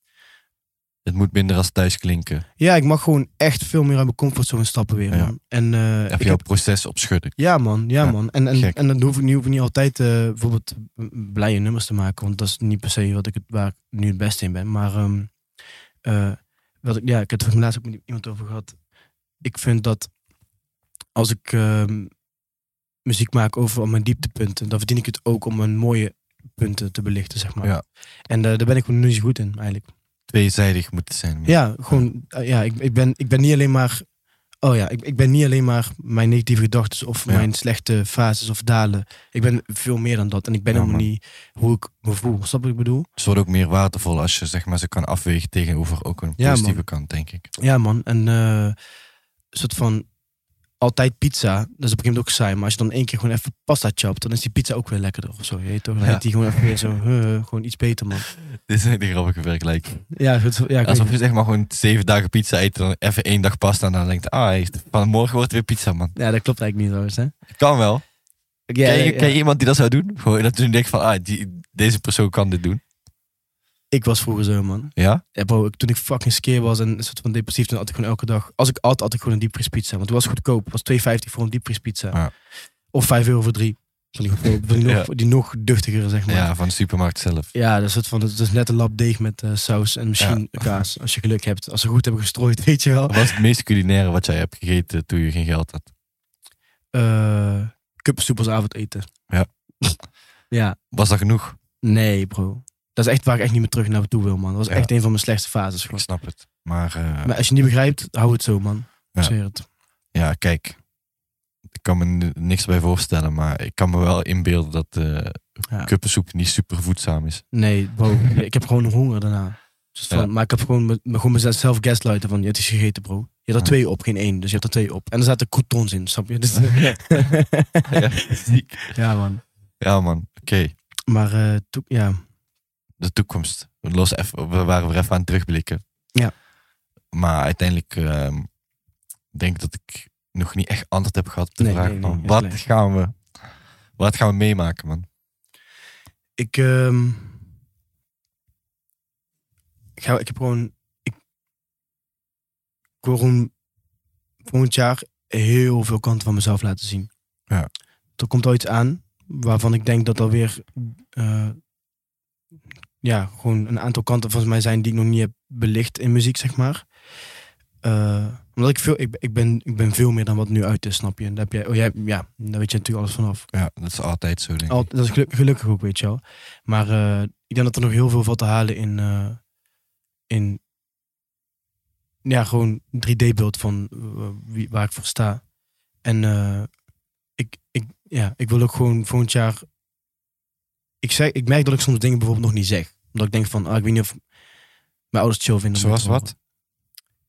Het moet minder als thuis klinken. ja, ik mag gewoon echt veel meer uit mijn comfortzone stappen weer, Ja. man. En, uh, Even ik jouw heb, proces opschudden. ja, man. Ja, Ja, man. En, en, gek. en dan hoef ik niet, hoef ik niet altijd uh, bijvoorbeeld blije nummers te maken. Want dat is niet per se wat ik het, waar ik nu het beste in ben. Maar um, uh, wat ik, ja, ik heb het er laatst ook met iemand over gehad. Ik vind dat als ik uh, muziek maak over mijn dieptepunten, dan verdien ik het ook om mijn mooie punten te belichten, zeg maar. Ja. En uh, daar ben ik gewoon nu niet zo goed in, eigenlijk. Tweezijdig moet het zijn. Ja, gewoon, uh, ja, ik, ik, ben, ik ben niet alleen maar, oh ja, ik, ik ben niet alleen maar mijn negatieve gedachten of Ja. mijn slechte fases of dalen. Ik ben veel meer dan dat. En ik ben Ja, helemaal man. niet hoe ik me voel. Snap wat ik bedoel? Het wordt ook meer waardevol als je zeg maar, ze kan afwegen tegenover ook een Ja, positieve man. kant, denk ik. Ja, man. En uh, een soort van altijd pizza, dat is op een gegeven moment ook saai. Maar als je dan één keer gewoon even pasta chapt, dan is die pizza ook weer lekkerder of zo. Je weet toch? Dan Ja. heet die gewoon even weer zo, uh, gewoon iets beter, man. Dit is een hele grappige vergelijking. Ja, goed, ja, ik Alsof weet- je zeg maar gewoon zeven dagen pizza eet, dan even één dag pasta en dan denkt, ah, heeft- van morgen wordt het weer pizza, man. ja, dat klopt eigenlijk niet trouwens, hè? Kan wel. Ja, ken, je, ja, ken je ja. iemand die dat zou doen? Gewoon dat je denkt van, ah, die, deze persoon kan dit doen. Ik was vroeger zo, man. Ja? Ja, bro, ik- toen ik fucking skeer was en een soort van depressief, toen had ik gewoon elke dag... Als ik at, had ik gewoon een diepvriespizza. Want het was goedkoop. Het was twee vijftig voor een diepvriespizza. Ja. Of vijf euro voor drie. Van die, goedkoop, van die, nog, Ja. die nog duchtigere, zeg maar. Ja, van de supermarkt zelf. Ja, dat is, het van, het is net een lap deeg met uh, saus en misschien kaas. Als je geluk hebt. Als ze goed hebben gestrooid, weet je wel. Wat was het meest culinaire wat jij hebt gegeten toen je geen geld had? Uh, Kuppensoep als avondeten. Ja. Ja, Was dat genoeg? nee bro. Dat is echt waar ik echt niet meer terug naar toe wil, man. Dat was Ja. echt een van mijn slechtste fases. Ik Gewoon. snap het. Maar, uh, Maar als je het niet begrijpt, hou het zo, man. Ja. Ik zweer het. ja, kijk. Ik kan me n- niks bij voorstellen, maar ik kan me wel inbeelden dat uh, Ja. kuppensoep niet super voedzaam is. Nee, bro. Ik heb gewoon honger daarna. Dus van, Ja. Maar ik heb gewoon, me, me- gewoon mezelf gaslighten van, ja, het is gegeten, bro. Je had er Ja. twee op, geen één. Dus je hebt er twee op. En er zaten croutons in, snap je? Dus, ja, ziek. ja, man. Ja, man. Oké. Maar, uh, to, ja. De toekomst. Los even, we waren weer even aan het terugblikken. Ja. Maar uiteindelijk uh, denk ik dat ik nog niet echt antwoord heb gehad op de Nee, vraag nee, van nee, is wat gelijk. gaan we wat gaan we meemaken, man? Ik, um, ik, ga, ik heb gewoon, ik, ik wil gewoon volgend jaar heel veel kanten van mezelf laten zien. Ja. Er komt al iets aan waarvan ik denk dat er weer uh, ja, gewoon een aantal kanten van mij zijn die ik nog niet heb belicht in muziek, zeg maar. Uh, omdat ik veel, ik, ik, ben, ik ben veel meer dan wat nu uit is, snap je? Daar heb jij, oh, jij, ja, daar weet je natuurlijk alles vanaf. Ja, dat is altijd zo, denk ik. Al, dat is geluk, gelukkig ook, weet je wel. Maar uh, ik denk dat er nog heel veel valt te halen in, uh, in ja, gewoon drie D-beeld van uh, wie, waar ik voor sta. En uh, ik, ik, ja, ik wil ook gewoon volgend jaar... Ik, zeg, ik merk dat ik soms dingen bijvoorbeeld nog niet zeg. Omdat ik denk van, ah, ik weet niet of mijn ouders chill vinden. Zoals wat?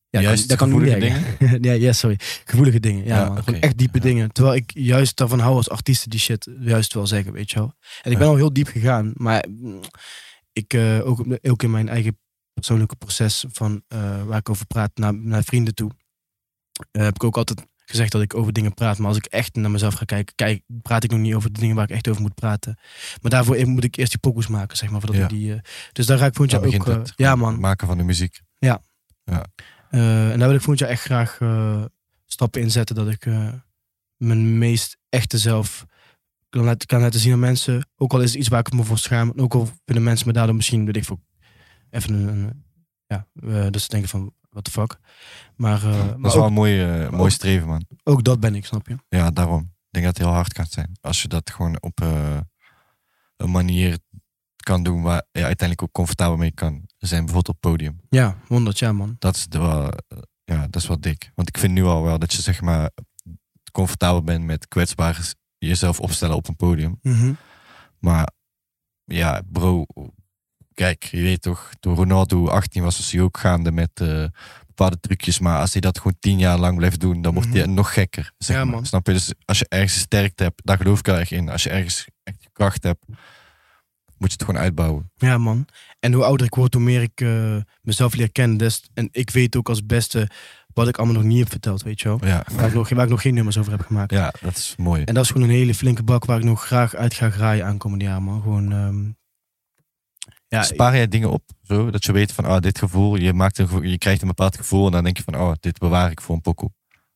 Ja, Juist dat kan, dat kan gevoelige niet dingen. ja, ja, sorry. Gevoelige dingen. Ja, Ja, man. oké. Gewoon echt diepe Ja. dingen. Terwijl ik juist daarvan hou als artiesten die shit juist wel zeggen, weet je wel. En ik ben Ja. al heel diep gegaan. Maar mm, ik, uh, ook, ook in mijn eigen persoonlijke proces van uh, waar ik over praat naar, naar vrienden toe. Uh, heb ik ook altijd gezegd dat ik over dingen praat. Maar als ik echt naar mezelf ga kijken, kijk, praat ik nog niet over de dingen waar ik echt over moet praten. Maar daarvoor moet ik eerst die pokoes maken, zeg maar. Voordat Ja. ik die, uh, dus daar ga ik volgend jaar ook... Uh, Het, ja, man. Het maken van de muziek. Ja. ja. Uh, en daar wil ik volgend jaar echt graag uh, stappen in zetten. Dat ik uh, mijn meest echte zelf kan laten, kan laten zien aan mensen. Ook al is het iets waar ik me voor schaam. Ook al vinden mensen me daardoor misschien, weet ik veel, even een... een ja, uh, dus denken van, what the fuck. Maar, uh, dat maar is ook, wel een mooi, uh, mooi ook, streven, man. Ook dat ben ik, snap je? Ja, daarom. Ik denk dat het heel hard kan zijn. Als je dat gewoon op uh, een manier kan doen waar je uiteindelijk ook comfortabel mee kan zijn. Bijvoorbeeld op het podium. Ja, honderd jaar, man. Dat is wel, ja, dat is wel dik. Want ik vind nu al wel dat je zeg maar comfortabel bent met kwetsbaar jezelf opstellen op een podium. Mm-hmm. Maar ja, bro, kijk, je weet toch, toen Ronaldo achttien was, was hij ook gaande met uh, bepaalde trucjes. Maar als hij dat gewoon tien jaar lang blijft doen, dan wordt hij mm-hmm. nog gekker. Zeg ja, maar. man. Snap je? Dus als je ergens sterkte hebt, daar geloof ik wel erg in. Als je ergens echt kracht hebt, moet je het gewoon uitbouwen. Ja, man. En hoe ouder ik word, hoe meer ik uh, mezelf leer kennen. Dus, en ik weet ook als beste wat ik allemaal nog niet heb verteld, weet je wel. Ja. Waar, ik nog, waar ik nog geen nummers over heb gemaakt. Ja, dat is mooi. En dat is gewoon een hele flinke bak waar ik nog graag uit ga graaien aankomende jaar, man. Gewoon... Um, ja, spaar jij dingen op, zo, dat je weet van, ah, dit gevoel, je, maakt een gevoel, je krijgt een bepaald gevoel en dan denk je van, oh, dit bewaar ik voor een pokoe.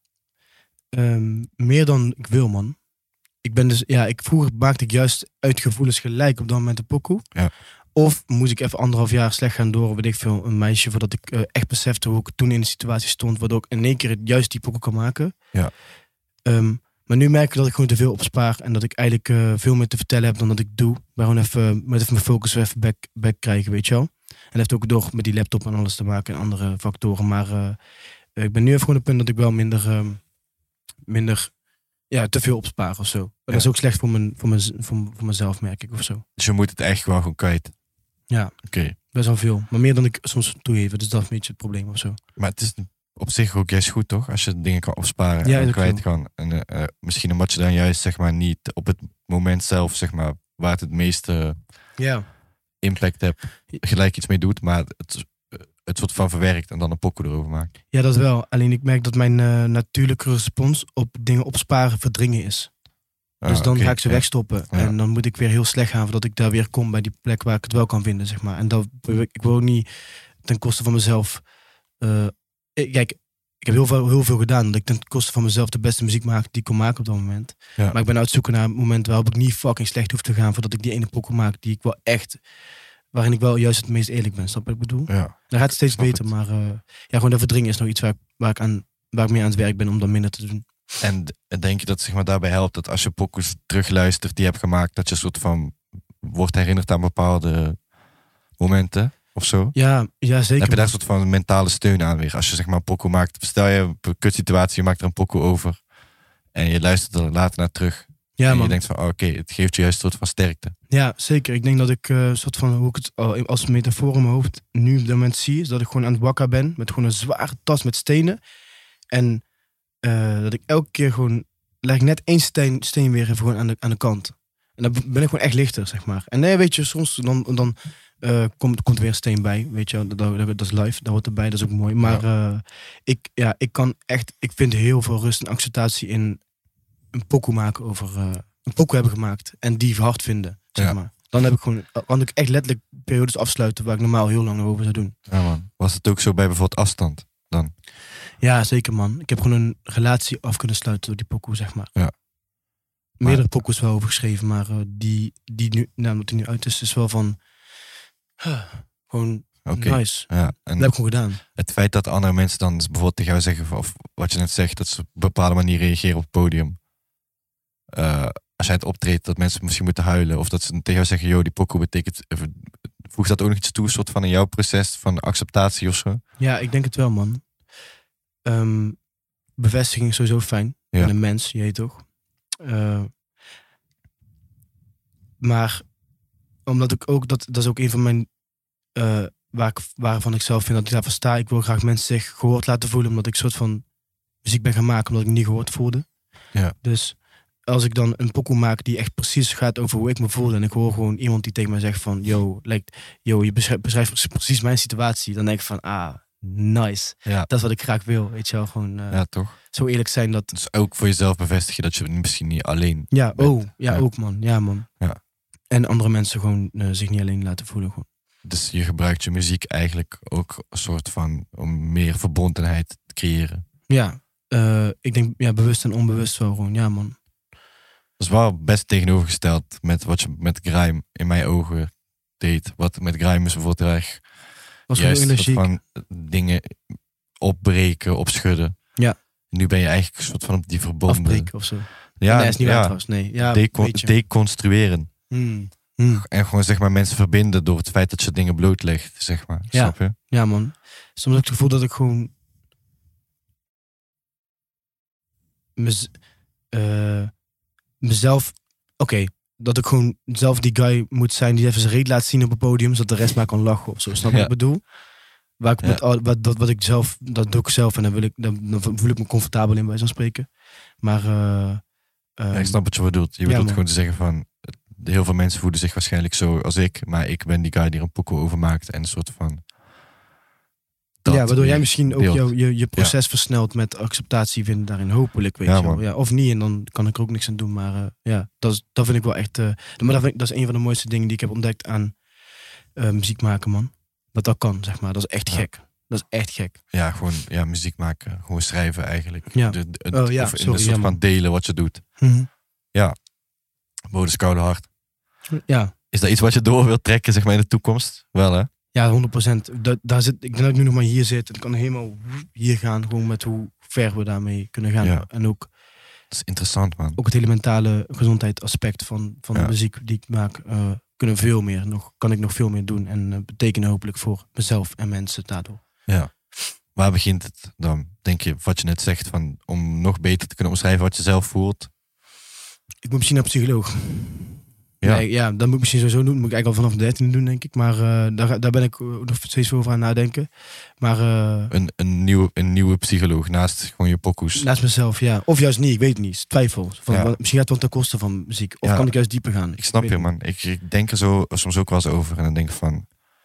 Um, meer dan ik wil, man. Ik ben dus, ja, ik, vroeger maakte ik juist uit gevoelens gelijk op dat moment een pokoe. Ja. Of moest ik even anderhalf jaar slecht gaan door, weet ik veel, een meisje, voordat ik uh, echt besefte hoe ik toen in de situatie stond, waardoor ik in één keer juist die pokoe kan maken. Ja. Um, maar nu merk ik dat ik gewoon te veel opspaar en dat ik eigenlijk uh, veel meer te vertellen heb dan dat ik doe. Maar gewoon even met even mijn focus even back, back krijgen, weet je wel. En dat heeft ook door met die laptop en alles te maken en andere factoren. Maar uh, ik ben nu even gewoon op het punt dat ik wel minder, uh, minder ja, te veel opspaar of zo. Maar ja. Dat is ook slecht voor, mijn, voor, mijn, voor, voor mezelf, merk ik, of zo. Dus je moet het echt gewoon gewoon kwijt. Ja, oké. Okay. Best wel veel. Maar meer dan ik soms toegeef. Dus dat is een beetje het probleem of zo. Maar het is op zich ook juist goed, toch? Als je dingen kan opsparen ja, en kwijt zo. kan. En uh, uh, misschien omdat je dan juist, zeg maar, niet op het moment zelf, zeg maar, waar het het meeste ja. impact hebt, gelijk iets mee doet, maar het, het soort van verwerkt en dan een pokoe erover maakt. Ja, dat wel. Alleen ik merk dat mijn uh, natuurlijke respons op dingen opsparen verdringen is. Dus dan okay, ga ik ze ja. wegstoppen. Ja. En dan moet ik weer heel slecht gaan voordat ik daar weer kom bij die plek waar ik het wel kan vinden, zeg maar. En dat, ik wil ook niet ten koste van mezelf... Uh, kijk, ik heb heel veel, heel veel gedaan. Dat ik ten koste van mezelf de beste muziek maak die ik kon maken op dat moment. Ja. Maar ik ben uit zoeken naar een moment waarop ik niet fucking slecht hoef te gaan voordat ik die ene pokoe maak die ik wel echt... waarin ik wel juist het meest eerlijk ben. Snap wat ik bedoel? Ja. Dan gaat het steeds Snap beter. het. Maar uh, ja, gewoon dat verdringen is nog iets waar ik, waar ik, aan, waar ik mee aan het werk ben om dan minder te doen. En denk je dat zeg maar, daarbij helpt dat als je pokoes terugluistert die je hebt gemaakt, dat je een soort van wordt herinnerd aan bepaalde momenten of zo? Ja, ja zeker. Heb je daar een soort van mentale steun aan weer? Als je zeg maar een pokoe maakt, stel je een kutsituatie, je maakt er een pokoe over en je luistert er later naar terug. Ja, en man. je denkt van, oh, oké, okay, het geeft je juist een soort van sterkte. Ja, zeker. Ik denk dat ik uh, soort van, hoe ik het uh, als metafoor in mijn hoofd nu op dat moment zie, is dat ik gewoon aan het wakker ben met gewoon een zware tas met stenen. En uh, dat ik elke keer gewoon, leg ik net één steen, steen weer even gewoon aan de, aan de kant. En dan ben ik gewoon echt lichter, zeg maar. En nee, weet je, soms dan, dan uh, komt, komt er weer een steen bij, weet je. Dat, dat, dat is live, dat hoort erbij, dat is ook mooi. Maar ja. Uh, ik, ja, ik kan echt, ik vind heel veel rust en acceptatie in een pokoe maken over... Uh, een pokoe hebben gemaakt en die hard vinden, zeg ja. maar. Dan heb ik gewoon, kan ik echt letterlijk periodes afsluiten waar ik normaal heel lang over zou doen. Ja, man. Was het ook zo bij bijvoorbeeld afstand dan? Ja, zeker, man. Ik heb gewoon een relatie af kunnen sluiten door die pokoe, zeg maar. Ja. Meerdere maar, pokoes wel over geschreven, maar uh, die, die nu, nou, wat er nu uit is, is wel van, huh, gewoon okay. nice. Ja, en dat heb ik gewoon gedaan. Het feit dat andere mensen dan bijvoorbeeld tegen jou zeggen, of wat je net zegt, dat ze op een bepaalde manier reageren op het podium. Uh, als jij het optreedt, dat mensen misschien moeten huilen. Of dat ze tegen jou zeggen, yo, die pokoe betekent... Voegt dat ook nog iets toe, soort van in jouw proces van acceptatie of zo? Ja, ik denk het wel, man. Um, bevestiging is sowieso fijn. Ja. En een mens, je heet toch? Uh, maar, omdat ik ook... Dat, dat is ook een van mijn... Uh, waar ik, waarvan ik zelf vind dat ik daarvoor sta. Ik wil graag mensen zich gehoord laten voelen, omdat ik soort van muziek ben gaan maken, omdat ik me niet gehoord voelde. Ja. Dus als ik dan een pokoe maak die echt precies gaat over hoe ik me voelde, en ik hoor gewoon iemand die tegen mij zegt van, yo, like, yo je beschrijft, beschrijft precies mijn situatie, dan denk ik van, ah, nice. Ja. Dat is wat ik graag wil, weet je wel. Gewoon uh, Ja, toch? zo eerlijk zijn dat... Dus ook voor jezelf bevestig je dat je misschien niet alleen Ja, bent. oh, ja, Ja. ook man. Ja, man. Ja. En andere mensen gewoon uh, zich niet alleen laten voelen. Gewoon. Dus je gebruikt je muziek eigenlijk ook een soort van om meer verbondenheid te creëren. Ja, uh, ik denk ja, bewust en onbewust wel gewoon. Ja, man. Dat is wel best tegenovergesteld met wat je met grime in mijn ogen deed. Wat met grime is bijvoorbeeld erg Was juist gewoon een soort energiek. van dingen opbreken, opschudden. Ja. Nu ben je eigenlijk een soort van op die verbonden. Afbreken of zo. Ja, nee, is niet waar ja. trouwens. Nee. Ja, Decon- weet je. deconstrueren. Hmm. Hmm. En gewoon zeg maar mensen verbinden door het feit dat je dingen blootlegt, zeg maar. Ja. Snap je? Ja, man. Soms heb ik het gevoel dat ik gewoon... Mez, uh, mezelf... Oké, okay, dat ik gewoon zelf die guy moet zijn die even zijn reet laat zien op het podium, zodat de rest maar kan lachen of zo. Snap je Ja. wat ik bedoel? Waar ik Ja. met, al- wat, wat, wat ik zelf, dat doe ik zelf en dan, wil ik, dan, dan voel ik me comfortabel in bij zo'n spreken. Maar... Uh, uh, Ja, ik snap wat je bedoelt. Je ja, bedoelt man. gewoon te zeggen van... Heel veel mensen voelen zich waarschijnlijk zo als ik. Maar ik ben die guy die er een pokoe over maakt. En een soort van... dat ja, waardoor jij meer misschien ook beeld. jou, je, je proces versnelt met acceptatie vinden daarin. Hopelijk, weet Ja, je wel. man. Ja, of niet, en dan kan ik er ook niks aan doen. Maar uh, ja, dat, is, dat vind ik wel echt... Uh, maar dat, vind ik, dat is een van de mooiste dingen die ik heb ontdekt aan uh, muziek maken, man. Dat dat kan, zeg maar. Dat is echt Ja. gek. Dat is echt gek. Ja, gewoon ja, muziek maken. Gewoon schrijven eigenlijk. Ja. De, de, Oh, ja, of in sorry, een soort ja, van man. delen wat je doet. Mm-hmm. Modus koude hart. Ja. Is dat iets wat je door wilt trekken zeg maar in de toekomst? Wel hè? Ja, honderd procent. Da, daar zit, ik denk dat ik nu nog maar hier zit. En ik kan helemaal hier gaan, gewoon met hoe ver we daarmee kunnen gaan. Ja. En ook, Dat is interessant man. ook het hele mentale gezondheidsaspect van, van Ja. de muziek die ik maak. Uh, kunnen veel meer nog, kan ik nog veel meer doen. En uh, betekenen hopelijk voor mezelf en mensen daardoor. Ja. Waar begint het dan? Denk je, wat je net zegt, van om nog beter te kunnen omschrijven wat je zelf voelt? Ik moet misschien naar psycholoog. Ja. Nee, ja, dat moet ik misschien sowieso doen. Dat moet ik eigenlijk al vanaf de dertiende doen, denk ik. Maar uh, daar, daar ben ik ook nog steeds over aan nadenken. Maar uh, Een, een, nieuwe, een nieuwe psycholoog naast gewoon je pokoes. naast mezelf, ja. Of juist niet, ik weet het niet. Twijfel. Van, Ja. wat- misschien gaat het wel ten koste van muziek. Of Ja. kan ik juist dieper gaan? Ik snap weet je het man. Ik, ik denk er zo soms ook wel eens over. En dan denk ik van...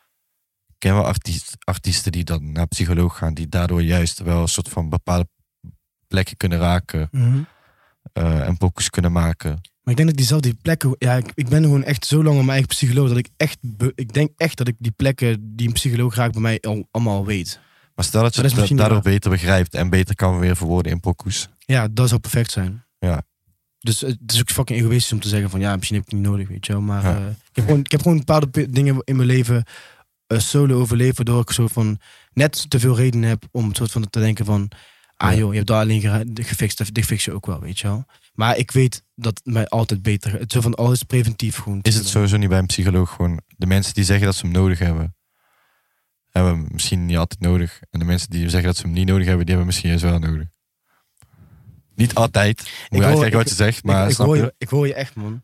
Ik ken wel artiest, artiesten die dan naar psycholoog gaan. Die daardoor juist wel een soort van bepaalde plekken kunnen raken. niet. Mhm. Uh, en pokoes kunnen maken. Maar ik denk dat ik diezelfde plekken... Ja, ik, ik ben gewoon echt zo lang aan mijn eigen psycholoog... dat ik echt... be- ik denk echt dat ik die plekken die een psycholoog raakt bij mij al, allemaal weet. Maar stel dat je Maar dat is het misschien daardoor niet beter begrijpt. En beter kan weer verwoorden in pokoes. Ja, dat zou perfect zijn. Ja. Dus het is ook fucking egoïstisch om te zeggen van... ja, misschien heb ik het niet nodig, weet je wel. Maar Ja. uh, ik, heb gewoon, ik heb gewoon bepaalde pe- dingen in mijn leven... Uh, solo overleven, waardoor ik zo van... net te veel redenen heb om soort van te denken van... ah Ja. joh, je hebt daar alleen gera- gefixt, dit fix je ook wel, weet je wel. Maar ik weet dat het mij altijd beter gaat. Zo van alles preventief gewoon. Is het sowieso niet bij een psycholoog gewoon... De mensen die zeggen dat ze hem nodig hebben... hebben hem misschien niet altijd nodig. En de mensen die zeggen dat ze hem niet nodig hebben... die hebben hem misschien juist wel nodig. Niet altijd. Moet je hoor- uitkijken wat ik- je zegt. Maar ik, ik, snap hoor je? je, ik hoor je echt, man.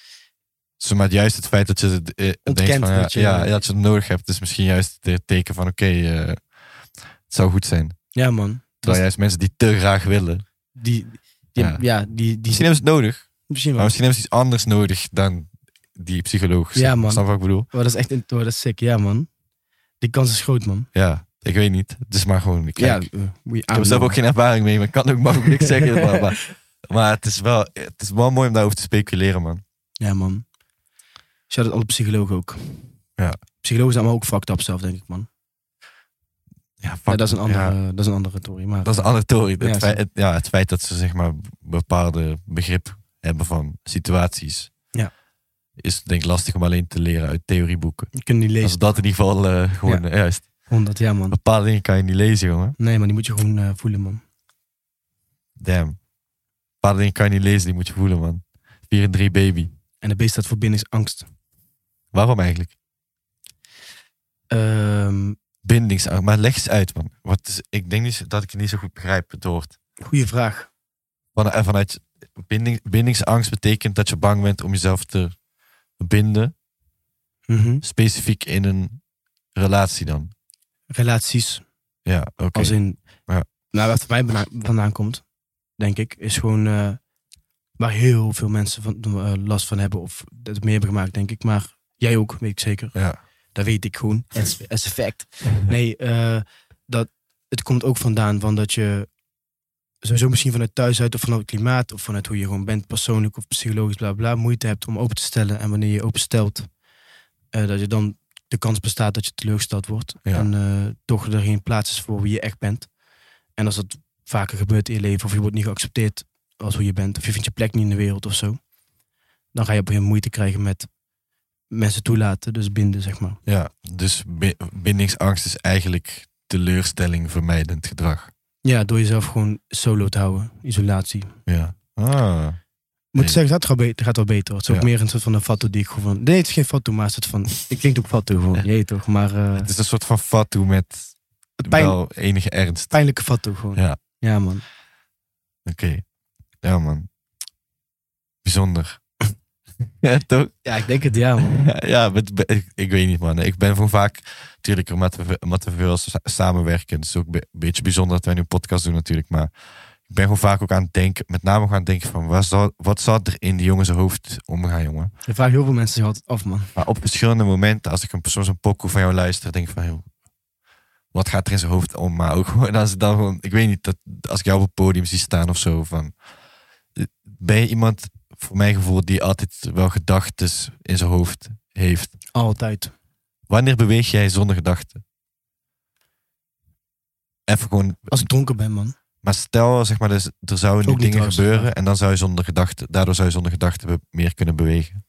Dus maar juist het feit dat je het, eh, denkt Ontkent van, ja, dat je- ja, ja, dat je het nodig hebt, is misschien juist het teken van oké, eh, het zou goed zijn. Ja, man. Dat Terwijl is- juist mensen die te graag willen. die, die, Ja. ja. die, die, Misschien hebben ze het nodig, misschien maar wel. misschien hebben ze iets anders nodig dan die psycholoog. Ja, man. Snap je wat ik bedoel? Oh, dat is echt in- oh, dat is sick, ja, man. Die kans is groot, man. Ja, ik weet niet. Het is maar gewoon, ik, Ja, kijk, uh, we- ik heb er zelf ook geen ervaring mee, maar ik kan ook maar ook niks zeggen. Maar, maar, maar het, is wel, het is wel mooi om daarover te speculeren, man. Ja, man. Shout out alle psychologen ook. Ja. Psychologen zijn maar ook fucked up zelf, denk ik, man. Ja, fuck, Ja, dat, is een andere, ja, dat is een andere tory. Maar, dat is een andere theorie. Het, Ja, feit, zo. het, ja, het feit dat ze zeg maar bepaalde begrip hebben van situaties. Ja. Is denk ik lastig om alleen te leren uit theorieboeken. je kunt niet Als lezen. dat in ieder geval eh, gewoon Ja. eh, juist. honderd, ja, man. Bepaalde dingen kan je niet lezen, jongen. Nee, maar die moet je gewoon uh, voelen, man. Damn. Bepaalde dingen kan je niet lezen, die moet je voelen, man. vier en drie baby. En de B staat voor bindingsangst. Waarom eigenlijk? Ehm Bindingsangst. Maar leg eens uit, man. Wat is, ik denk niet dat ik het niet zo goed begrijp, het woord. goeie vraag. Van, en vanuit binding, bindingsangst betekent dat je bang bent om jezelf te binden. Mhm. Specifiek in een relatie dan? Relaties. Ja, oké. Okay. Als in, ja. nou, wat voor mij vandaan komt, denk ik, is gewoon uh, waar heel veel mensen van, uh, last van hebben of dat meer hebben gemaakt, denk ik. Maar jij ook, weet ik zeker. Ja. Dat weet ik gewoon, as, as a fact. Nee, uh, dat, het komt ook vandaan van dat je sowieso misschien vanuit thuis uit of vanuit het klimaat of vanuit hoe je gewoon bent, persoonlijk of psychologisch, bla bla, moeite hebt om open te stellen. En wanneer je openstelt, uh, dat je dan de kans bestaat dat je teleurgesteld wordt. Ja. En uh, toch er geen plaats is voor wie je echt bent. En als dat vaker gebeurt in je leven, of je wordt niet geaccepteerd als hoe je bent, of je vindt je plek niet in de wereld of zo, dan ga je op een moeite krijgen met mensen toelaten, dus binden, zeg maar. Ja, dus bindingsangst is eigenlijk teleurstelling vermijdend gedrag. Ja, door jezelf gewoon solo te houden, isolatie. Ja. Ah. Ik moet zeggen, dat gaat, beter, gaat wel beter. Het is ook ja. meer een soort van een fatu die ik gewoon... Nee, het is geen fatu, maar het is van... Het klinkt ook fatu gewoon, ja. Je toch, maar... Uh, het is een soort van fatu met pijn, wel enige ernst. Pijnlijke fatu gewoon. Ja, ja man. Oké. Okay. Ja man. Bijzonder. Ja, toch? Ja, ik denk het, ja man. Ja, ja met, ik, ik weet niet man. Ik ben gewoon vaak... Natuurlijk, omdat we, omdat we veel samenwerken. Het is ook een beetje bijzonder dat wij nu een podcast doen natuurlijk, maar... Ik ben gewoon vaak ook aan het denken, met name gaan denken van wat zou, wat zou er in die jongen zijn hoofd omgaan, jongen. Je vraagt heel veel mensen zich altijd af, man. Maar op verschillende momenten, als ik een persoon zo'n pokoe van jou luister, denk ik van, joh, wat gaat er in zijn hoofd om? Maar ook gewoon, als ik dan gewoon, ik weet niet, dat als ik jou op het podium zie staan of zo, van, ben je iemand, voor mijn gevoel, die altijd wel gedachten in zijn hoofd heeft? Altijd. Wanneer beweeg jij zonder gedachten? Even gewoon... Als ik dronken ben, man. Maar stel, zeg maar, dus, er zouden nu dingen trouwens, gebeuren ja. en dan zou je zonder gedachten, daardoor zou je zonder gedachten meer kunnen bewegen.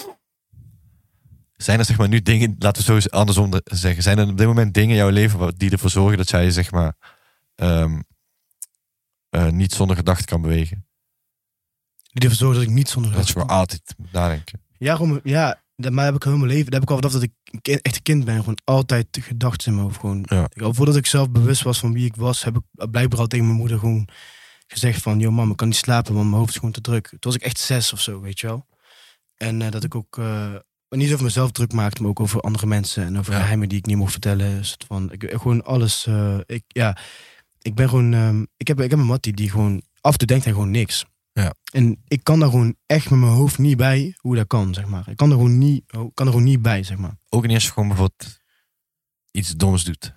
Zijn er zeg maar nu dingen, laten we zo andersom zeggen, zijn er op dit moment dingen in jouw leven die ervoor zorgen dat jij zeg maar um, uh, niet zonder gedachten kan bewegen? Die ervoor zorgen dat ik niet zonder gedachten kan. Dat je gewoon altijd moet nadenken. Ja, gewoon, ja, maar heb ik heel mijn leven, dat heb ik al vanaf dat ik echt een kind ben, gewoon altijd gedachten in mijn hoofd. Gewoon. Ja. Al voordat ik zelf bewust was van wie ik was, heb ik blijkbaar al tegen mijn moeder gewoon gezegd van, joh mam, ik kan niet slapen, want mijn hoofd is gewoon te druk. Toen was ik echt zes of zo, weet je wel. En uh, dat ik ook uh, niet over mezelf druk maakte, maar ook over andere mensen en over ja. geheimen die ik niet mocht vertellen. Soort van, ik, gewoon alles, uh, ik, ja, ik ben gewoon, um, ik, heb, ik heb een mattie die gewoon, af en toe denkt hij gewoon niks. Ja. En ik kan daar gewoon echt met mijn hoofd niet bij hoe dat kan, zeg maar. Ik kan er gewoon niet, kan er gewoon niet bij, zeg maar. Ook niet als je gewoon bijvoorbeeld iets doms doet.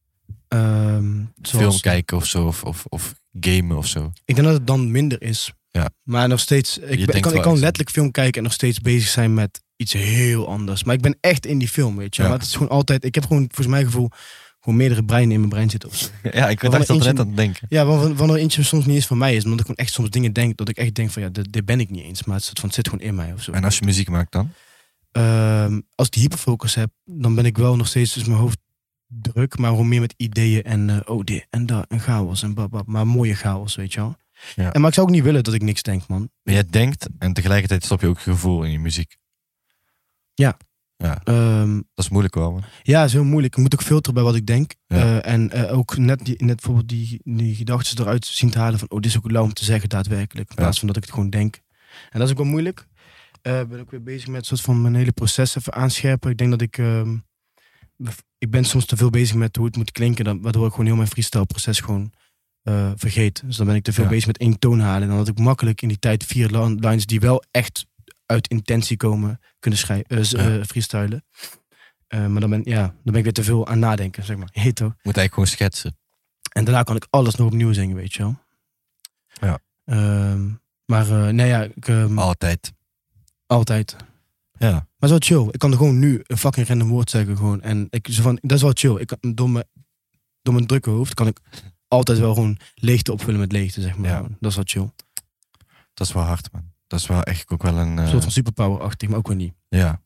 Um, zoals, Film kijken of zo, of, of, of gamen of zo. Ik denk dat het dan minder is. Ja. Maar nog steeds, ik, ben, ik kan, ik kan letterlijk film kijken en nog steeds bezig zijn met iets heel anders. Maar ik ben echt in die film, weet je. Ja. Maar het is gewoon altijd, ik heb gewoon volgens mijn gevoel gewoon meerdere breinen in mijn brein zitten of zo. Ja, ik dacht dat net aan het denken. Ja, wanneer er eentje soms niet eens van mij is, omdat ik gewoon echt soms dingen denk, dat ik echt denk van ja, dit, dit ben ik niet eens, maar het, van, het zit gewoon in mij of zo. En als je muziek maakt dan? Uh, als ik die hyperfocus heb, dan ben ik wel nog steeds dus mijn hoofd druk, maar gewoon meer met ideeën en uh, oh dit en dat en chaos en babab, maar mooie chaos, weet je wel. Ja. En maar ik zou ook niet willen dat ik niks denk, man. Maar jij denkt en tegelijkertijd stop je ook gevoel in je muziek. Ja. Ja, um, dat is moeilijk wel. Man. Ja, is heel moeilijk. Ik moet ook filteren bij wat ik denk. Ja. Uh, en uh, ook net, die, net bijvoorbeeld die, die gedachten eruit zien te halen van, oh, dit is ook lauw om te zeggen daadwerkelijk. In plaats ja. van dat ik het gewoon denk. En dat is ook wel moeilijk. Uh, ben ik weer bezig met een soort van mijn hele proces even aanscherpen. Ik denk dat ik... Um, ik ben soms te veel bezig met hoe het moet klinken, dan, waardoor ik gewoon heel mijn freestyle proces gewoon uh, vergeet. Dus dan ben ik te veel ja. bezig met één toon halen. En dan had ik makkelijk in die tijd vier lines die wel echt uit intentie komen, kunnen schrijven, uh, ja. uh, freestylen. Uh, maar dan ben, ja, dan ben ik weer te veel aan nadenken, zeg maar. Heet toch? Moet eigenlijk gewoon schetsen. En daarna kan ik alles nog opnieuw zingen, weet je wel. Ja. Uh, maar uh, nee ja, ik, um, altijd. Altijd. Ja. Maar het is wel chill. Ik kan er gewoon nu een fucking random woord zeggen gewoon. En ik zo van, dat is wel chill. Ik kan, door, mijn, door mijn drukke hoofd kan ik altijd wel gewoon leegte opvullen met leegte, zeg maar. Ja. Dat is wel chill. Dat is wel hard, man. Dat is wel echt ook wel een... Uh... Een soort van superpower-achtig, maar ook weer niet. Ja.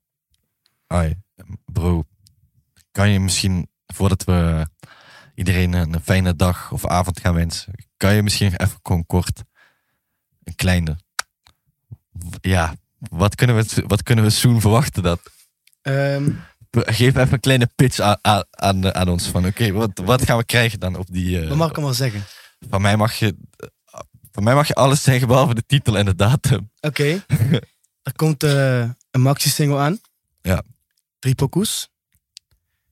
Ai, bro. Kan je misschien, voordat we iedereen een fijne dag of avond gaan wensen, kan je misschien even gewoon kort een kleine... Ja, wat kunnen we, wat kunnen we soon verwachten dat? Um... Geef even een kleine pitch aan, aan, aan ons van oké, okay, wat, wat gaan we krijgen dan op die... Uh... Wat mag ik allemaal zeggen? Van mij mag je... Van mij mag je alles zeggen behalve de titel en de datum. Oké. Okay. Er komt uh, een maxi-single aan. Ja. Drie pokoes.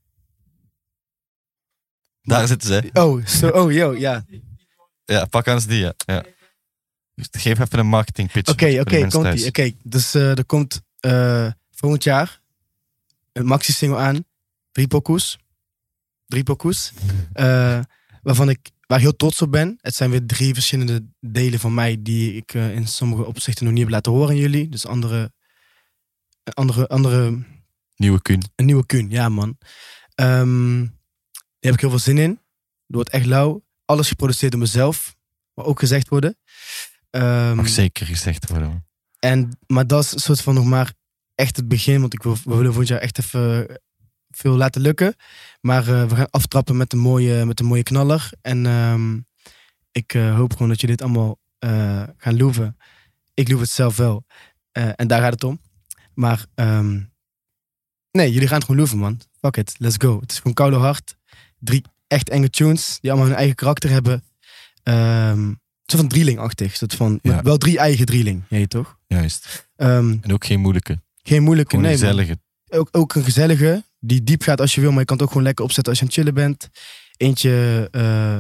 Daar zitten ze. Oh, zo, oh, yo, ja. Ja, pak anders die, ja. ja. Geef even een marketing pitch. Oké, oké, okay, komt ie. Oké, okay. Dus uh, er komt uh, volgend jaar een maxi-single aan. Drie pokoes. Drie pokoes. Uh, waarvan ik waar ik heel trots op ben. Het zijn weer drie verschillende delen van mij die ik uh, in sommige opzichten nog niet heb laten horen aan jullie. Dus andere... andere, andere nieuwe Kuhn. Een nieuwe Kuhn, ja man. Um, daar heb ik heel veel zin in. Het wordt echt lauw. Alles geproduceerd door mezelf. Maar ook gezegd worden. Um, Mag zeker gezegd worden. Man. En, maar dat is een soort van nog maar echt het begin. Want ik wil, we willen volgend jaar echt even veel laten lukken. Maar uh, we gaan aftrappen met een mooie, met een mooie knaller. En um, ik uh, hoop gewoon dat je dit allemaal uh, gaan loeven. Ik loef het zelf wel. Uh, en daar gaat het om. Maar um, nee, jullie gaan het gewoon loeven, man. Fuck it, let's go. Het is gewoon koude hard. Drie echt enge tunes die allemaal hun eigen karakter hebben. Um, Zo van drielingachtig. Soort van, ja. Wel drie eigen drieling, ja, je toch? Juist. Um, en ook geen moeilijke. Geen moeilijke, gewoon nee. Een gezellige. Ook, ook een gezellige, die diep gaat als je wil, maar je kan het ook gewoon lekker opzetten als je aan het chillen bent. Eentje... Uh...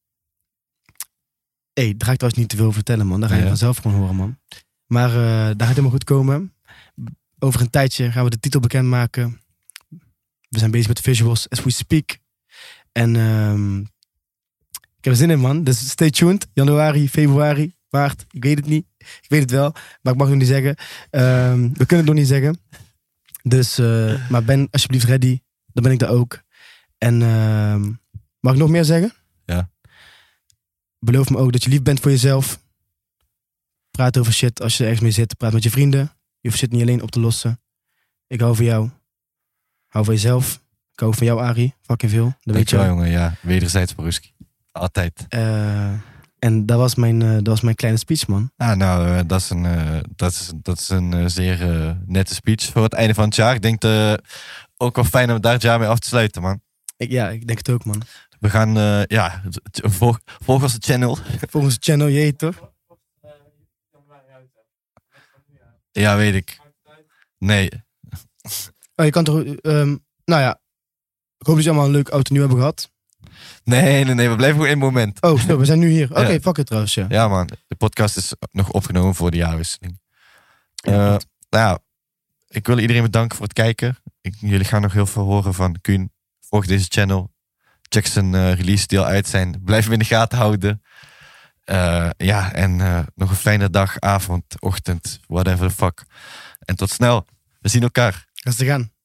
Hey, daar ga ik trouwens niet te veel vertellen, man. Daar ga je ja. vanzelf gewoon horen, man. Maar uh, daar gaat het helemaal goed komen. Over een tijdje gaan we de titel bekendmaken. We zijn bezig met de visuals as we speak. En um, ik heb er zin in, man. Dus stay tuned. Januari, februari, maart. Ik weet het niet. Ik weet het wel, maar ik mag het nog niet zeggen. Um, we kunnen het nog niet zeggen. Dus, uh, maar ben alsjeblieft ready. Dan ben ik daar ook. En uh, mag ik nog meer zeggen? Ja. Beloof me ook dat je lief bent voor jezelf. Praat over shit als je er ergens mee zit. Praat met je vrienden. Je hoeft shit niet alleen op te lossen. Ik hou van jou. Hou van jezelf. Ik hou van jou, Arie. Fucking veel. Dat weet je wel, jongen. Ja, wederzijds Boruski. Altijd. Uh, en dat was, mijn, uh, dat was mijn kleine speech, man. Ah, nou, uh, dat is een, uh, dat is, dat is een uh, zeer uh, nette speech voor het einde van het jaar. Ik denk uh, ook wel fijn om daar het jaar mee af te sluiten, man. Ik, ja, ik denk het ook, man. We gaan, uh, ja, volg, volg ons de channel. Volg ons de channel, je toch? Ja, weet ik. Nee. Oh, je kan toch... Um, nou ja. Ik hoop dat je allemaal een leuk oud en nieuw hebben gehad. Nee, nee, nee. We blijven gewoon in het moment. Oh, stop, we zijn nu hier. Oké, okay, ja. fuck it trouwens, ja. Ja, man. De podcast is nog opgenomen voor de jaarwisseling. Ja, uh, nou ja, ik wil iedereen bedanken voor het kijken. Ik, jullie gaan nog heel veel horen van Kuhn. Volg deze channel. Check zijn uh, release die al uit zijn. Blijf hem in de gaten houden. Uh, ja, en uh, nog een fijne dag, avond, ochtend, whatever the fuck. En tot snel. We zien elkaar. Ga ze gaan.